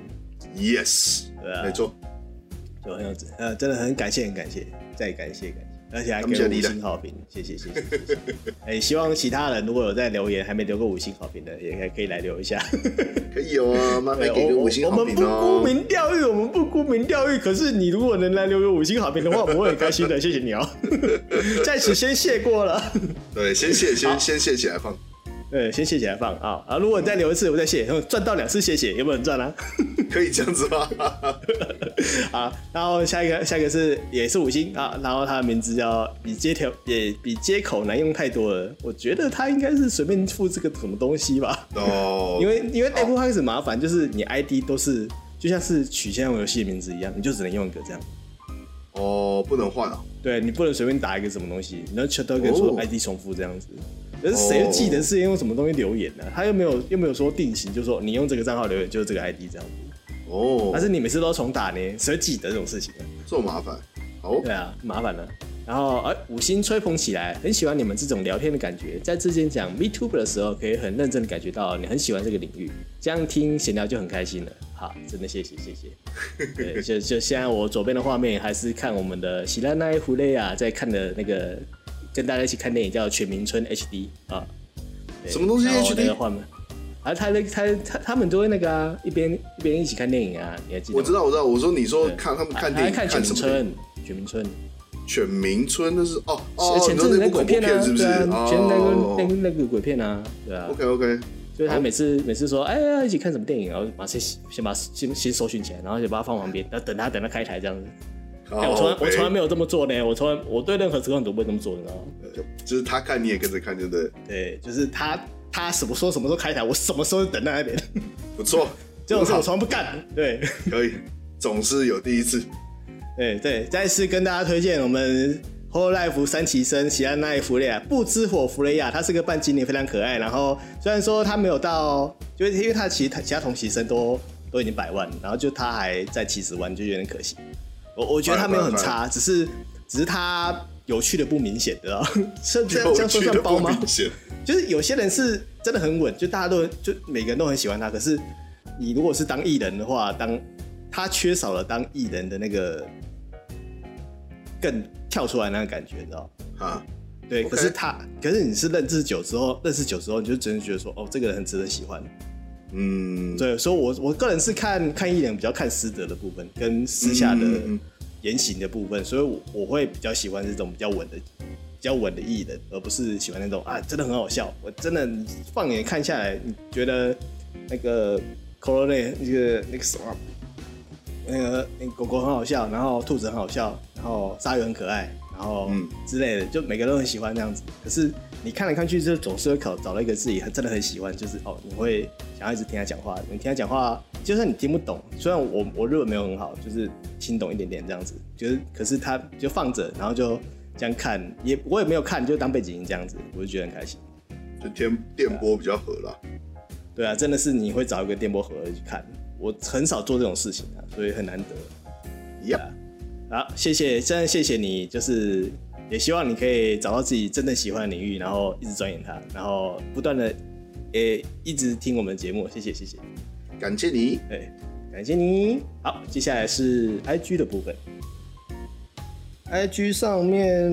Yes， 对啊，没错， 就很有真的很感谢，再感谢。而且还给我5星好评，谢谢。希望其他人如果有在留言还没留过5星好评的，也可以来留一下。 可以有啊，麻烦给个5星好评哦。我们不沽名钓誉，可是你如果能来留个5星好评的话，我们会很开心的，谢谢你哦。在此先谢过了。对，先谢起来放。对，先谢起来放啊！如果你再留一次，我再谢，赚到2次谢谢，有没有很赚啊？ 可以这样子吗？ 好，然后下一个也是5星啊，然后他的名字叫比接口难用太多了，我觉得他应该是随便附这个什么东西吧。哦，因为 Apple 开始麻烦，就是你 ID 都是就像是取现在游戏的名字一样，你就只能用一个这样。 哦，不能换啊？ 对，你不能随便打一个什么东西，你要全都跟说 ID 重复这样子。可是谁记得是用什么东西留言呢？他又没有说定型，就说你用这个账号留言就是这个 ID 这样子。哦，但是你每次都重打呢，谁会记得这种事情呢？ 这么麻烦。好， 对啊，麻烦了。然后5星吹捧起来，很喜欢你们这种聊天的感觉。在之前讲 VTuber 的时候，可以很认真的感觉到你很喜欢这个领域，这样听闲聊就很开心了。好，真的谢谢。对，就现在我左边的画面还是看我们的喜拉奈胡雷亚在看的那个。跟大家一起看电影叫《全民村 HD》啊， 什么东西 HD？ 那个画面啊，他们都会那个啊，一边一起看电影啊，你还记得？ 我知道。我说你说看他们看电影， 看全民村， 全民村那是前阵子那鬼片啊， 是不是？ 那个鬼片啊，对啊。 OK。 所以他每次说，哎呀，一起看什么电影，然后马上先搜寻起来，然后就把它放旁边，然后等他开台这样子。我从来没有这么做呢，我对任何实况都不会这么做，你知道吗？ 就是他看你也跟着看，对不对？ 对，就是他什么时候开台，我什么时候等在那边。 不错， 这种事我从来不干。对， 可以，总是有第一次。 对，再次跟大家推荐我们 Hololive 3期生喜安奈弗雷亚不知火弗雷亚，他是个半精灵，非常可爱。然后虽然说他没有到，就是因为他其他同期生都已经100万，然后就他还在70万，就有点可惜。我觉得他没有很差，只是他有趣的不明显，知道吗？这样说算包吗？就是有些人是真的很稳，就大家就每个人都很喜欢他。可是你如果是当艺人的话，他缺少了当艺人的那个更跳出来那个感觉，知道吗？啊，对。Okay. 可是你是认识久之后，你就真的觉得说，这个人很值得喜欢。对，所以我个人是看艺人比较看师德的部分，跟私下的言行的部分，所以我会比较喜欢这种比较稳的艺人，而不是喜欢那种真的很好笑。我真的你放眼看下来，你觉得那个 Corona 那个什么，那个狗狗很好笑，然后兔子很好笑，然后鲨鱼很可爱，然后之类的，就每个人都很喜欢这样子。可是你看来看去，就总是会找到一个自己真的很喜欢，就是你会想要一直听他讲话。你听他讲话，就算你听不懂，虽然我日文没有很好，就是听懂一点点这样子，可是他就放着，然后就这样看，我也没有看，就当背景音这样子，我就觉得很开心。 就电波比较合啦。 对啊，真的是你会找一个电波盒去看，我很少做这种事情啊，所以很难得。好，真的谢谢你，就是也希望你可以找到自己真的喜欢的领域，然后一直钻研它，然后不断的一直听我们的节目，谢谢， 感谢你， 感谢你。好，接下来是 IG 的部分。IG 上面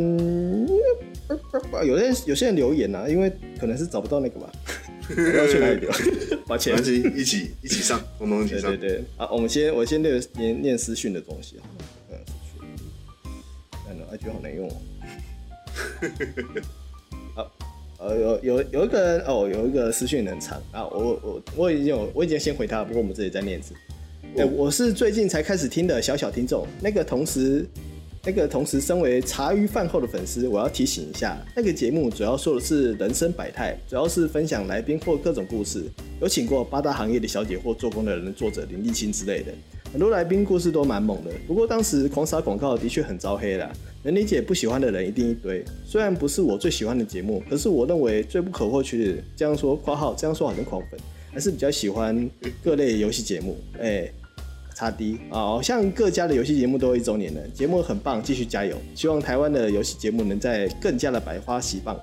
有些人留言啊，因为可能是找不到那个吧，不知道去哪里留，抱歉。 一起上，共同一起上。 对。我先念私讯的东西啊。IG 好难用哦。好，有一个人有一个私讯很长啊，我已经先回他，不过我们这里再念一次。 我是最近才开始听的小听众。那个同时身为茶余饭后的粉丝，我要提醒一下，那个节目主要说的是人生百态，主要是分享来宾或各种故事，有请过8大行业的小姐或做工的人，作者林立清之类的。很多来宾故事都蛮猛的，不过当时狂撒广告的确很招黑啦，能理解不喜欢的人一定一堆。虽然不是我最喜欢的节目，可是我认为最不可或缺的，这样说括号这样说好像狂粉，还是比较喜欢各类游戏节目。差低啊，像各家的游戏节目都1周年了，节目很棒，继续加油！希望台湾的游戏节目能在更加的百花齐放。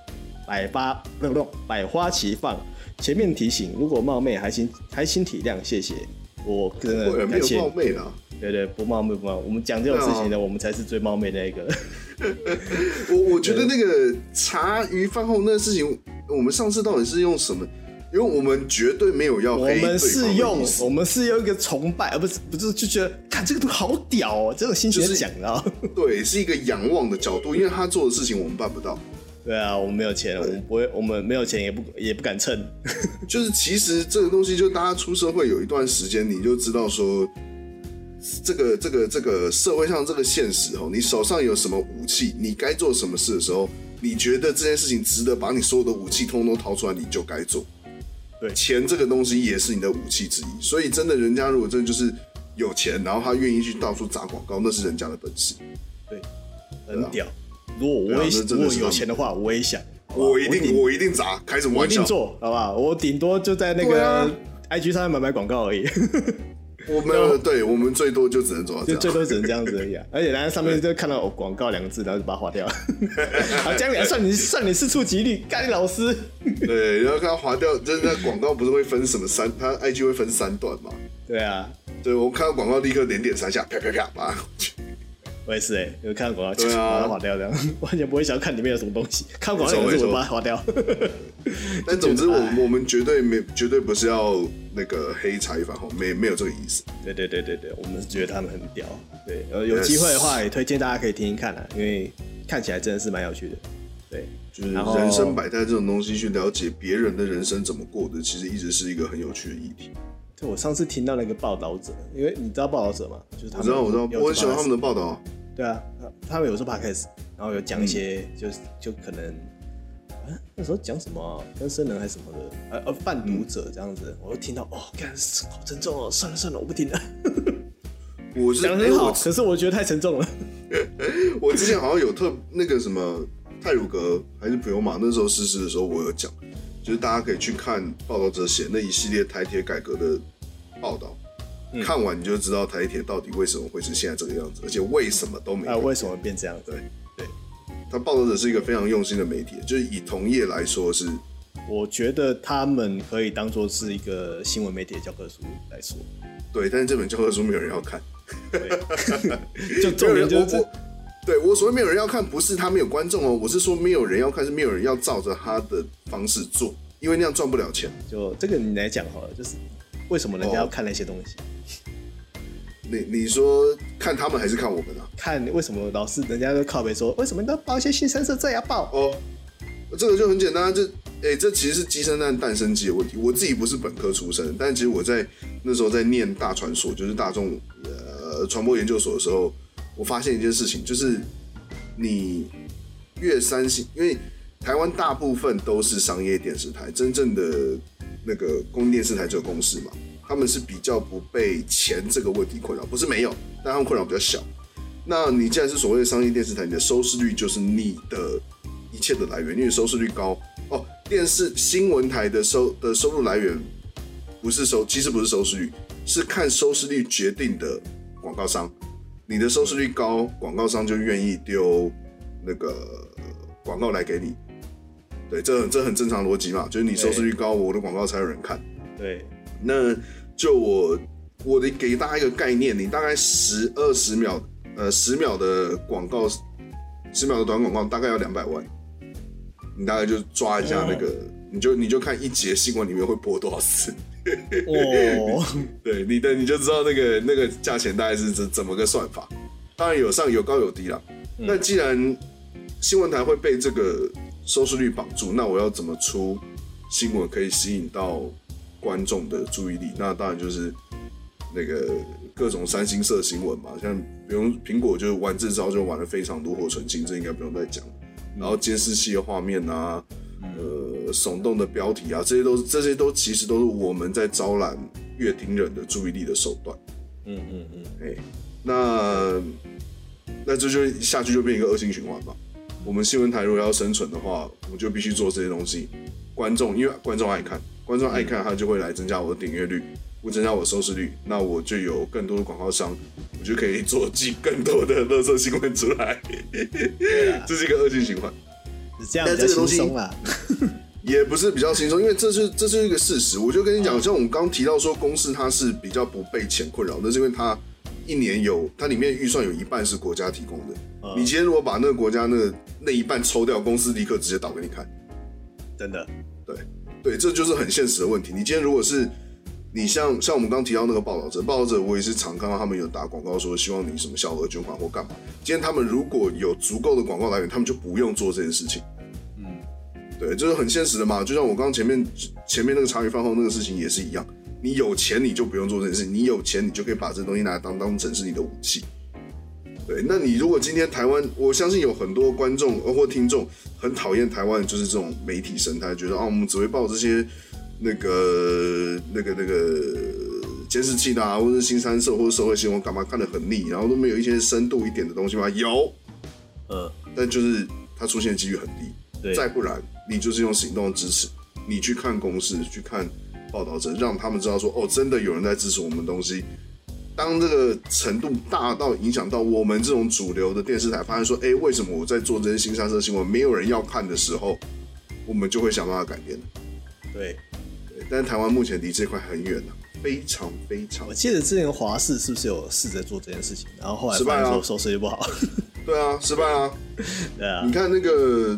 前面提醒，如果冒昧还请体谅，谢谢。我真的感谢。 没有冒昧啦。 对，不冒昧。我们讲这种事情的，我们才是最冒昧的那个。 我觉得那个茶余饭后那个事情，我们上次到底是用什么？因为我们绝对没有要黑对方的意思， 我们是用一个崇拜，不是就觉得看这个东西好屌哦，这种心情讲的。 对，是一个仰望的角度，因为他做的事情我们办不到。 对啊，我们没有钱，我们没有钱也不敢蹭。 就是其实这个东西，就大家出社会有一段时间，你就知道说，这个社会上这个现实哦，你手上有什么武器，你该做什么事的时候，你觉得这件事情值得把你所有的武器通通掏出来，你就该做。 对， 钱这个东西也是你的武器之一，所以真的，人家如果真的就是有钱，然后他愿意去到处砸广告，那是人家的本事。 对，很屌。如果我有钱的话，我也想， 我一定砸，开什么玩笑？ 我一定做，好不好？我顶多就在那个 IG 上面买广告而已。 我们最多就只能做到这样， 最多只能这样子而已啊！而且然后上面就看到广告2个字，然后就把它划掉。好，这样算你4触及率，干你老师。 对，然后看到划掉，就是那广告不是会分什么他 IG 会分3段嘛？ 对啊， 对我看到广告立刻点3下，啪啪啪把它过去。 我也是有看到广告，把它划掉，这样完全不会想看里面有什么东西。看广告2个字，我把它划掉。 但总之我们绝对不是要那个黑茶余饭后，没有这个意思。 对，我们是觉得他们很屌。对，有机会的话也推荐大家可以听听看啊，因为看起来真的是蛮有趣的。对， 就是人生百态这种东西，去了解别人的人生怎么过的，其实一直是一个很有趣的议题。 就我上次听到那个报道者，因为你知道报道者吗？就是他们我知道，我很喜欢他们的报道。 对啊，他们有时候 podcast， 然后有讲一些就可能。那时候讲什么啊？跟生人还是什么的，贩毒者这样子，我就听到干好沉重哦，算了，我不听了。 我是讲得很好，可是我觉得太沉重了。 我之前好像有那个什么太鲁阁还是普悠玛，那时候实施的时候我有讲，就是大家可以去看报道者写那一系列台铁改革的报道，看完你就知道台铁到底为什么会是现在这个样子，而且为什么都没为什么变这样？对。 他报道者是一个非常用心的媒体，就是以同业来说是， 我觉得他们可以当作是一个新闻媒体的教科书来说。 对，但是这本教科书没有人要看。 就重点就是对我所谓没有人要看，不是他没有观众哦，我是说没有人要看，是没有人要照着他的方式做，因为那样赚不了钱。 就这个你来讲好了，就是为什么人家要看那些东西？ 你说看他们还是看我们啊？ 看为什么老是人家都靠北说，为什么你要报一些新三色这也要报？ 这个就很简单，这其实是鸡生蛋蛋生鸡的问题。我自己不是本科出身，但其实我在那时候在念大传所，就是大众传播研究所的时候，我发现一件事情，就是你越三星，因为台湾大部分都是商业电视台，真正的那个公共电视台只有公视嘛。他们是比较不被钱这个问题困扰，不是没有，但他们困扰比较小。那你既然是所谓的商业电视台，你的收视率就是你的一切的来源，因为收视率高电视新闻台的收入来源其实不是收视率，是看收视率决定的广告商。你的收视率高，广告商就愿意丢那个广告来给你。对，这很正常逻辑嘛，就是你收视率高，我的广告才有人看。 对。 那就我得给大家一个概念，你大概10-20秒，10秒的广告，10秒的短广告大概要200万，你大概就抓一下那个，你就看一节新闻里面会播多少次。对，你就知道那个价钱大概是怎么个算法。当然有高有低啦。那既然新闻台会被这个收视率绑住，那我要怎么出新闻可以吸引到观众的注意力？那当然就是那个各种三星社新闻嘛，像比如苹果就玩这招就玩了非常多火纯青，这应该不用再讲。然后监视器的画面啊，耸动的标题啊，这些都其实都是我们在招揽乐听人的注意力的手段。那这就下去就变一个恶性循环嘛。我们新闻台如果要生存的话，我们就必须做这些东西。因为观众爱看，他就会来增加我的订阅率，不增加我的收视率，那我就有更多的广告商，我就可以寄更多的垃圾新闻出来。这是一个恶性循环。 这样比较轻松啦。 也不是比较轻松，因为这是一个事实。我就跟你讲，像我们刚提到说，公视它是比较不被钱困扰，那是因为它一年它里面预算有一半是国家提供的。你今天如果把那个国家那一半抽掉，公司立刻直接倒给你看。 真的。 对，这就是很现实的问题。你今天如果是你像我们刚提到那个报道者，我也是常看到他们有打广告说希望你什么小额捐款或干嘛。今天他们如果有足够的广告来源，他们就不用做这件事情。对，就是很现实的嘛。就像我刚前面那个茶余饭后那个事情也是一样，你有钱你就不用做这件事，你有钱你就可以把这东西拿来当成是你的武器。对，那你如果今天台湾，我相信有很多观众或听众很讨厌台湾，就是这种媒体生态，觉得我们只会报这些那个监视器的啊，或者是新三社或者社会新闻，干嘛看得很腻，然后都没有一些深度一点的东西吗？有，但就是它出现的几率很低。再不然，你就是用行动支持，你去看公视，去看报道者，让他们知道说，真的有人在支持我们的东西。当这个程度大到影响到我们这种主流的电视台，发现说，为什么我在做这些新三社新闻没有人要看的时候，我们就会想办法改变。对，但是台湾目前离这块很远了，非常非常。 我记得之前华视是不是有试着做这件事情，然后后来发现说收视率不好。 对啊，失败啊。 对啊， 你看那个。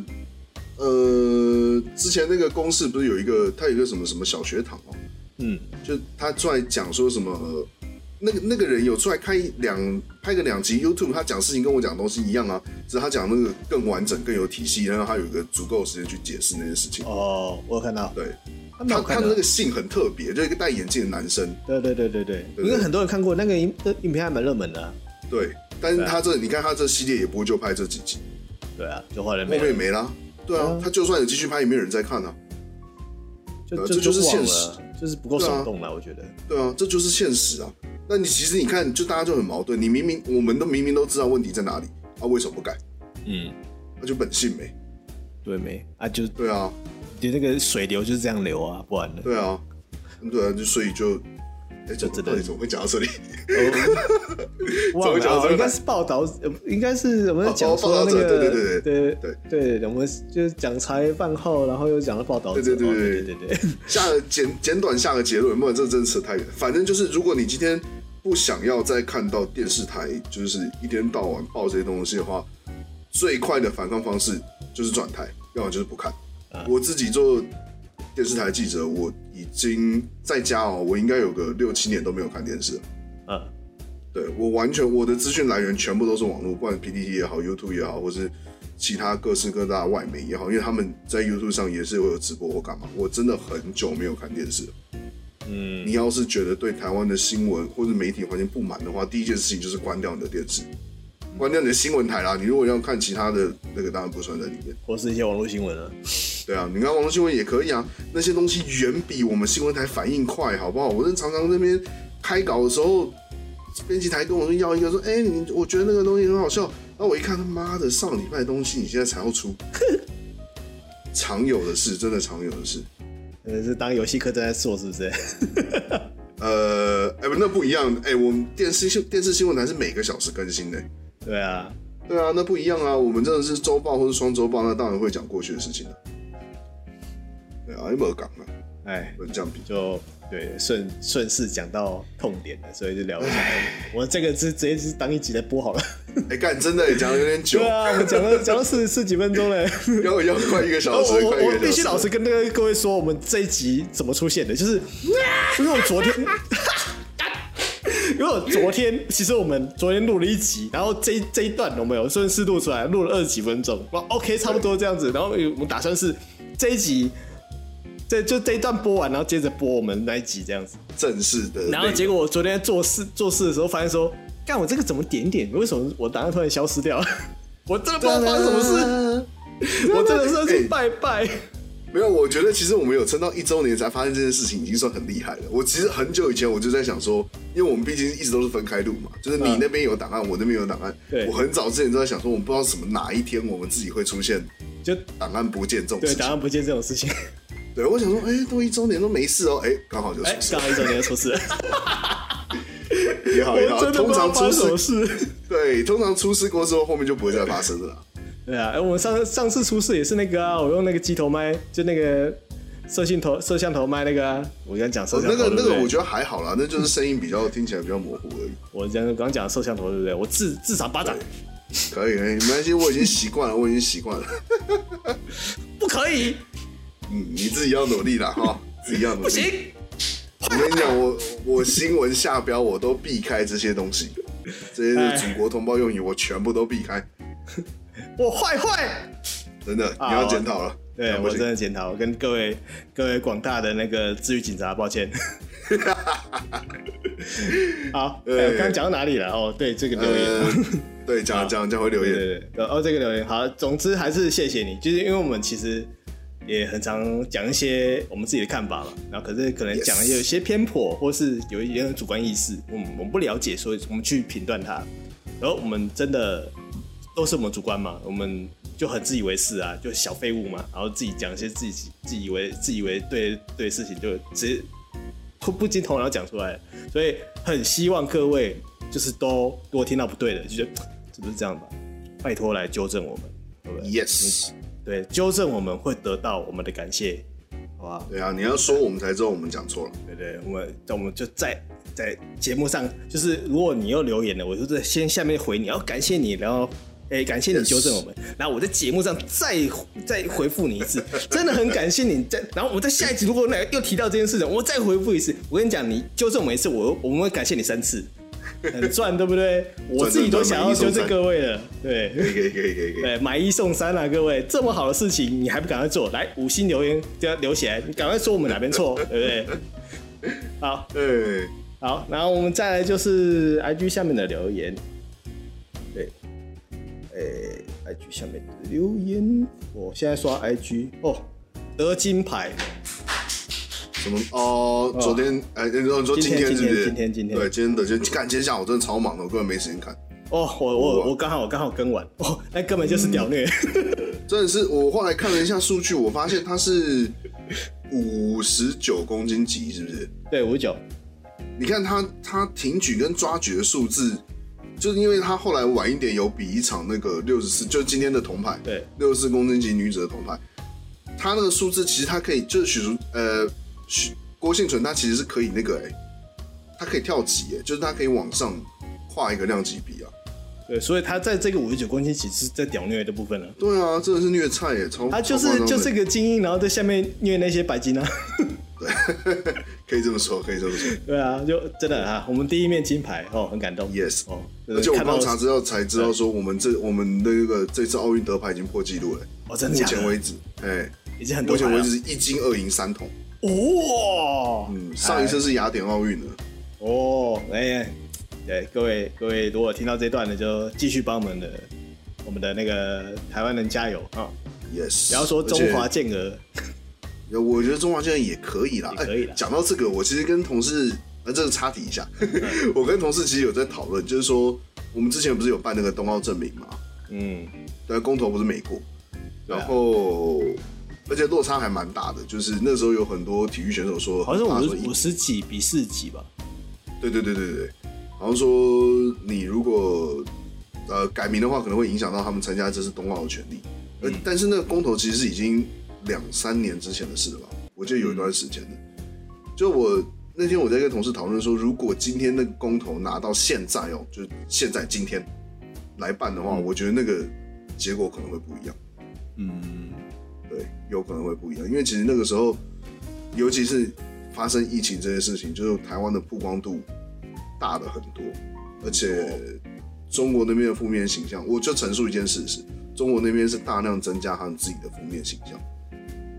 之前那个公视不是有一个什么什么小学堂就他出来讲说什么，那个人有出来拍个2集 YouTube， 他讲事情跟我讲的东西一样啊，只是他讲那个更完整、更有体系，然后他有一个足够的时间去解释那些事情。 我有看到。对， 他的那个姓很特别，就一个戴眼镜的男生。 对，因为很多人看过那个影片，还蛮热门的。 对，但是你看他这系列也不会就拍这几集。 对啊，就后来后面也没啦。对啊，他就算有继续拍，也没有人在看啊。这就是现实， 就是不够耸动啦，我觉得。 对啊，这就是现实啊。那你其实你看，就大家就很矛盾。我们明明都知道问题在哪里，为什么不改？那就本性没。 对没啊？就对啊， 你那个水流就是这样流啊，不然呢？ 对啊，所以就。这到底怎么会讲到这里？ 忘了，应该是报道，应该是我们在讲说那个，对，我们就是讲茶余饭后，然后又讲了报道者，对。 简短下个结论，不然这真的扯太远。反正就是，如果你今天不想要再看到电视台就是一天到晚报这些东西的话，最快的反抗方式就是转台，要么就是不看。我自己做电视台记者，我已经在家我应该有个6-7年都没有看电视了。对，我完全我的资讯来源全部都是网络，不管 PTT 也好 ，YouTube 也好，或是其他各式各大的外媒也好，因为他们在 YouTube 上也是会有直播或干嘛。我真的很久没有看电视了。你要是觉得对台湾的新闻或者媒体环境不满的话，第一件事情就是关掉你的电视，关掉你的新闻台啦。你如果要看其他的那个，当然不算在里面， 或是一些网络新闻啊。 对啊，你看网络新闻也可以啊，那些东西远比我们新闻台反应快，好不好？我常常那边开稿的时候，编辑台跟我要一个说，我觉得那个东西很好笑，然后我一看，他妈的，上礼拜的东西你现在才要出，常有的事，真的常有的事。 是当游戏课正在做，是不是？ 那不一样。我们电视新闻台是每个小时更新的。 对啊， 那不一样啊。我们真的是周报或是双周报，那当然会讲过去的事情了。对啊，有没有讲啊？不能这样比。 就对，顺势讲到痛点了，所以就聊一下。我这个直接是当一集来播好了。 干真的讲的有点久。对啊，我们讲了40几分钟了， 要快1个小时。 我必须老实跟各位说，我们这一集怎么出现的，就是因为我昨天。因为其实我们昨天录了一集，然后这一段我们有顺势录出来，录了20几分钟，OK， 差不多这样子。然后我们打算是这一集就这一段播完，然后接着播我们那一集这样子， 正式的。 然后结果我昨天做事的时候，发现说，干我这个怎么点点？为什么我档案突然消失掉了？我真的不知道发生什么事，我真的是去拜拜。 没有，我觉得其实我们有撑到1周年才发现这件事情，已经算很厉害了。我其实很久以前我就在想说，因为我们毕竟一直都是分开录嘛，就是你那边有档案，我那边有档案。我很早之前就在想说，我们不知道什么哪一天我们自己会出现就档案不见这种事情。 对，档案不见这种事情。 对，我想说，都1周年都没事哦，刚好就出事。 刚好1周年就出事了。 也好也好，通常出事， 对，通常出事过之后，后面就不会再发生了啦。 对啊，我们上次出事也是那个啊，我用那个机头麦，就那个摄像头麦那个啊，我刚讲摄像头， 那个我觉得还好啦，那就是声音比较听起来比较模糊而已。 我刚讲摄像头对不对？我至少巴掌。 可以，没关系，我已经习惯了， 不可以。 你自己要努力啦哈，自己要努力。 不行。 我跟你讲，我新闻下标我都避开这些东西，这些祖国同胞用语我全部都避开。 我坏， 真的，你要检讨了。 对，我真的检讨，跟各位广大的那个治愈警察抱歉。好，我刚刚讲到哪里了？哦，对，这个留言， 对，讲回留言， 对，这个留言好，总之还是谢谢你，就是因为我们其实也很常讲一些我们自己的看法嘛，然后可是可能讲有一些偏颇，或是有一点主观意识，我们不了解，所以我们去评断它，然后我们真的都是我们主观嘛，我们就很自以为是啊，就小废物嘛，然后自己讲一些自以为对的事情，就直接不经头脑讲出来，所以很希望各位就是都如果听到不对的，就觉得是不是这样吧？拜托来纠正我们，对不对 ？Yes， 对，纠正我们会得到我们的感谢，好不好？ 对啊，你要说我们才知道我们讲错了。 对，我们就在节目上，就是如果你又留言了，我就在先下面回你，要感谢你，然后。感谢你纠正我们，然后我在节目上再回复你一次，真的很感谢你。然后我在下一集如果又提到这件事情，我再回复一次。我跟你讲，你纠正我们一次，我们会感谢你3次，很赚，对不对？我自己都想要纠正各位了，对， 可以， 对，买1送3啊，各位，这么好的事情你还不赶快做？来5星留言就要留起来，你赶快说我们哪边错，对不对？好，好，然后我们再来就是 IG 下面的留言，对。IG 下面的留言，我现在刷 IG 哦，得金牌， 什么哦？昨天你说今天是不是？ 今天对，今天的今天下午真的超忙的，我根本没时间看。 哦，我刚好跟完，哦，那根本就是屌虐， 真的是。我后来看了一下数据，我发现他是59公斤级，是不是？ 对，59。 你看他挺举跟抓举的数字。就是因为他后来晚一点有比一场那个64，就是今天的铜牌， 对 ，64公斤级女子的铜牌，他那个数字其实他可以，就是郭婞淳他其实是可以那个他可以跳级就是他可以往上跨一个量级比啊。 对，所以他在这个59公斤其实是在屌虐的部分了。 对啊，真的是虐菜超。 他就是个精英，然后在下面虐那些白金啊。 对，可以这么说。 对啊，就真的啊，我们第一面金牌很感动。 Yes， 而且我刚查资料才知道说，我们这次奥运得牌已经破纪录了。 哦，真的假的？ 目前为止， 已经很多。 目前为止是1金2银3铜。 哦， 上一次是雅典奥运的。 哦，对，各位，如果听到这段的，就继续帮我们的那个台湾人加油啊 ！Yes， 不要说中华健儿。 我觉得中华健儿也可以啦。 也可以啦。 讲到这个，我其实跟同事，这个插题一下，我跟同事其实有在讨论，就是说我们之前不是有办那个冬奥证明嘛？对，公投不是没过，然后而且落差还蛮大的，就是那时候有很多体育选手说， 好像50几比40几吧？ 对，好像说你如果改名的话，可能会影响到他们参加这次冬奥的权利。但是那个公投其实是已经2-3年之前的事了吧？我记得有一段时间的。就那天我在跟同事讨论说，如果今天那个公投拿到现在就是现在今天来办的话，我觉得那个结果可能会不一样。对，有可能会不一样，因为其实那个时候，尤其是发生疫情这件事情，就是台湾的曝光度大了很多，而且中国那边的负面形象，我就陈述一件事实：中国那边是大量增加他们自己的负面形象。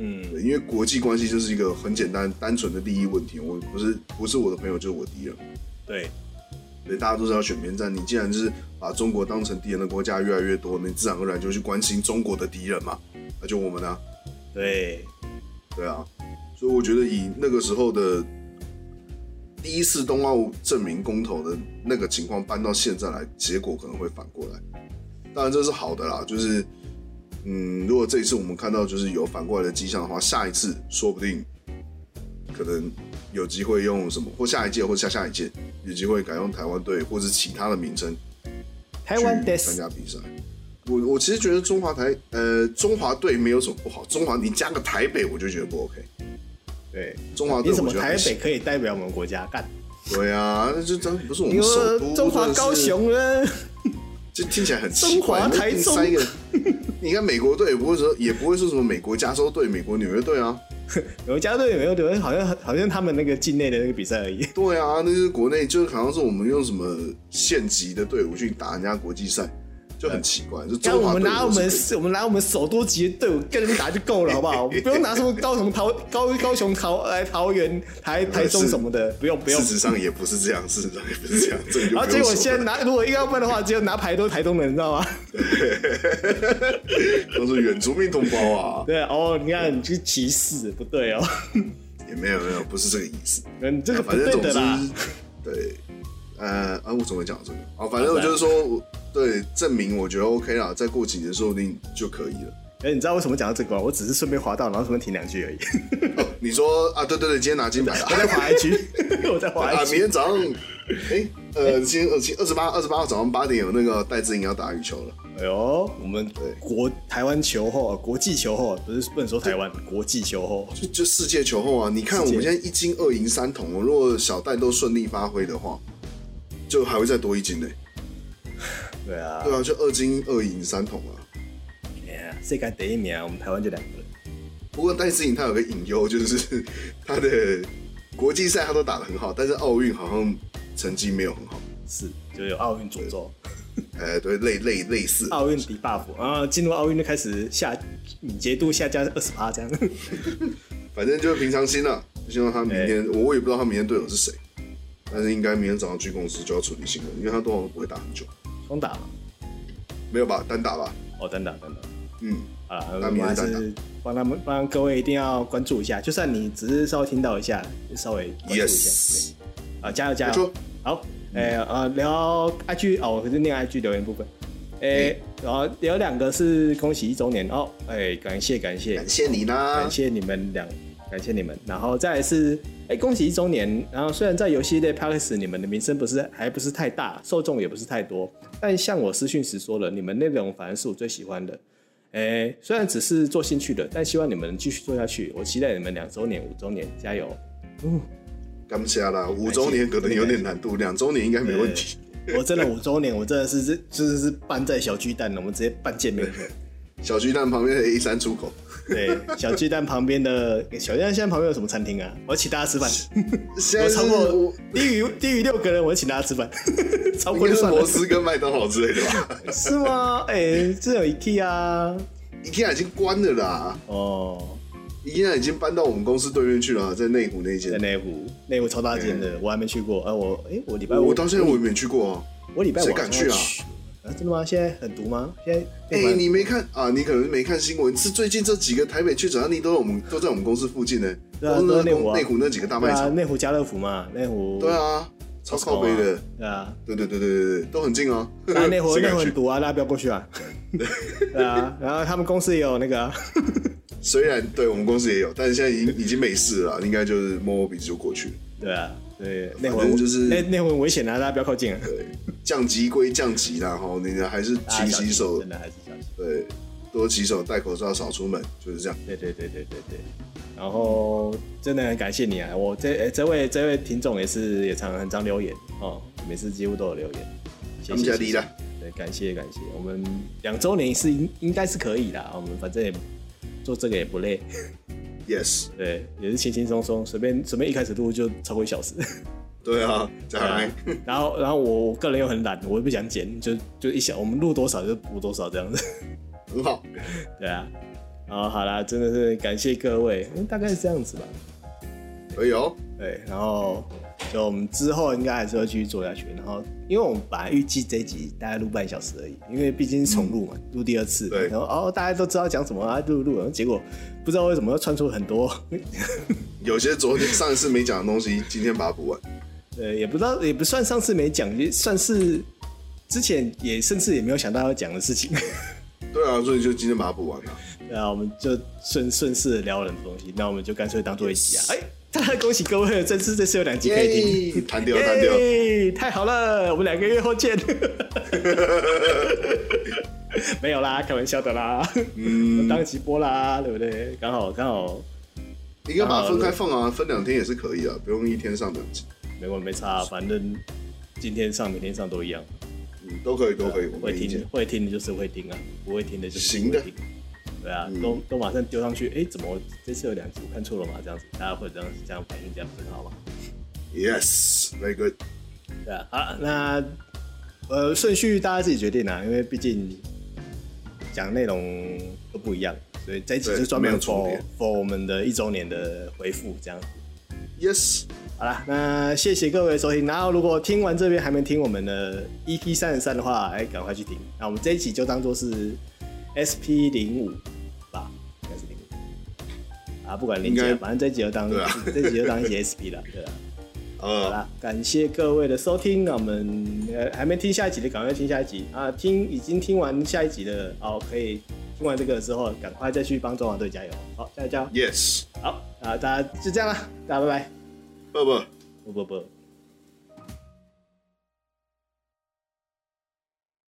对，因为国际关系就是一个很简单、单纯的利益问题。我不是我的朋友，就是我敌人。 对， 所以大家都是要选边站。你既然是把中国当成敌人的国家越来越多，你自然而然就去关心中国的敌人嘛，那就我们啊。 对， 对啊，所以我觉得以那个时候的第一次冬奥证明公投的那个情况搬到现在来，结果可能会反过来。当然这是好的啦，就是如果这一次我们看到就是有反过来的迹象的话，下一次说不定可能有机会用什么，或下一届或下一届有机会改用台湾队或是其他的名称台湾队参加比赛。我其实觉得中华队没有什么不好，你加个台北我就觉得不 OK。 对， 中华队你怎么台北可以代表我们国家干？ 对啊，那就真不是我们首都。 中华高雄呢？ 就听起来很奇怪。 中华台中， 你看美国队也不会说什么美国加州队、美国纽约队啊。 美国加州队、美国纽约好像他们那个境内的那个比赛而已。 对啊，那就是国内，就好像是我们用什么县级的队伍去打人家国际赛。就很奇怪，就中华队我们拿我们首都级的队伍跟人打就够了，好不好？不用拿什么高雄桃园台中什么的，不用。 事实上也不是这样， 然后结果现在如果硬要办的话，只有拿台中人，你知道吗？ 都是原住民同胞啊。 对哦，你看你去歧视，不对哦。 也没有，不是这个意思。 你这个不对的啦。 对，我怎么讲这个？反正我就是说。对，证明我觉得 OK 啦，再过几年说不定就可以了。 你知道为什么讲到这个吗？我只是顺便滑到，然后顺便停2句而已。 你说啊，对，今天拿金牌了。 我在滑IG，我在滑 IG。 明天早上，今天28号早上8点有那个戴资颖要打羽球了。 哎呦，我们台湾球后，国际球后，不能说台湾，国际球后， 就世界球后啊！你看我们现在1金2银3铜，如果小戴都顺利发挥的话，就还会再多1金呢。 对啊， 就2金2银3铜啊！ 世界第1名，我们台湾就2个人。 不过戴资颖他有个隐忧，就是他的国际赛他都打得很好，但是奥运好像成绩没有很好。 是，就有奥运诅咒。 对，类似奥运抵 buff， 然后进入奥运就开始敏捷度下降20%这样。 反正就是平常心了，希望他明天，我也不知道他明天队友是谁，但是应该明天早上去公司就要处理新闻，因为他通常都不会打很久。 双打吗？ 没有吧，单打吧。 单打。 那明天单打。帮各位一定要关注一下，就算你只是稍微听到一下，就稍微关注一下。加油！好，聊 IG 我是念 IG 留言部分。然后有2个是恭喜1周年哦，感谢你啦， 感谢你们感谢你们。然后再来是恭喜1周年。然后虽然在游戏类 Podcast 你们的名声还不是太大，受众也不是太多，但像我私讯时说了，你们内容反而是我最喜欢的。虽然只是做兴趣的，但希望你们能继续做下去。我期待你们2周年、5周年，加油！ 感谢啦，5周年可能有点难度，2周年应该没问题。 我真的5周年，我真的是办在小巨蛋了，我们直接办见面会。 小巨蛋旁边的 A3 出口。 对，小巨蛋旁边的小巨蛋现在旁边有什么餐厅啊？我要请大家吃饭。 我超过低于6个人，我请大家吃饭。超过就算了。 摩斯跟麦当劳之类的吧？ 是吗？这有 IKEA 已经关了啦。IKEA 已经搬到我们公司对面去了，在内湖那间。 在内湖超大间的，我还没去过。我礼拜我到现在我也没去过啊。 我礼拜谁敢去啊？ 真的吗？现在很毒吗？现在你没看啊？你可能没看新闻，是最近这几个台北确诊案例都在我们公司附近呢。 对啊，都是内湖那几个大卖场。 内湖家乐福嘛，内湖。 对啊，超靠北的。 对啊， 对，都很近哦。 内湖很毒啊，大家不要过去啊。对啊，然后他们公司也有那个。 虽然对我们公司也有，但是现在已经没事了，应该就是摸摸鼻子就过去了。 对啊，对，内湖就是内湖很危险啊，大家不要靠近啊。 对，降级归降级啦，你还是勤洗手， 真的还是小心。 对，多洗手，戴口罩，少出门，就是这样。 对。然后真的很感谢你啊，我这位听众也很常留言哦，每次几乎都有留言，谢谢你啦。对，感谢，我们2周年应该是可以的，我们反正也做这个也不累。 Yes， 对，也是轻轻松松，随便一开始录就超过1小时。 对啊，这样。 然后我个人又很懒，我又不想剪，就我们录多少就补多少这样子。 很好。 对啊， 好啦，真的是感谢各位，大概是这样子吧。 可以哦。 对，然后就我们之后应该还是会继续做下去。然后，因为我们本来预计这一集大概录半小时而已，因为毕竟是重录嘛，录第2次。 对。 然后大家都知道讲什么啊，录，结果不知道为什么又窜出很多， 有些上一次没讲的东西，今天把它补完。 对，也不算上次没讲，也算是之前甚至也没有想到要讲的事情。 对啊，所以就今天把它补完了。 对啊，我们就顺势聊了很多东西，那我们就干脆当做一集啊！大家恭喜各位，这次有2集可以听， 弹掉， 太好了，我们2个月后见。没有啦，开玩笑的啦，当集播啦，对不对？刚好， 应该把它分开放啊，分2天也是可以啊，不用1天上2集。 没差，反正今天上、明天上都一样。 都可以。 会听的就是会听啊，不会听的就是不会听。对啊，都马上丢上去，怎么这次有2集我看错了嘛？这样子大家会这样反应，这样不是很好吗 ？Yes, very good。 对啊，好，那顺序大家自己决定啊，因为毕竟讲内容都不一样，所以这一集是专门 for 我们的1周年的回复这样子。 Yes。 好啦，那谢谢各位的收听。然后如果听完这边还没听我们的 EP33的话，赶快去听。那我们这一集就当做是 SP05吧，应该是05啊，不管零几，反正这一集就当一集 SP 了，对啊。好啦，感谢各位的收听。那我们还没听下一集的，赶快听下一集啊！已经听完下一集的，可以听完这个之后，赶快再去帮中华队加油。好，加油！ Yes。 好啊，大家就这样啦，大家拜拜。 不。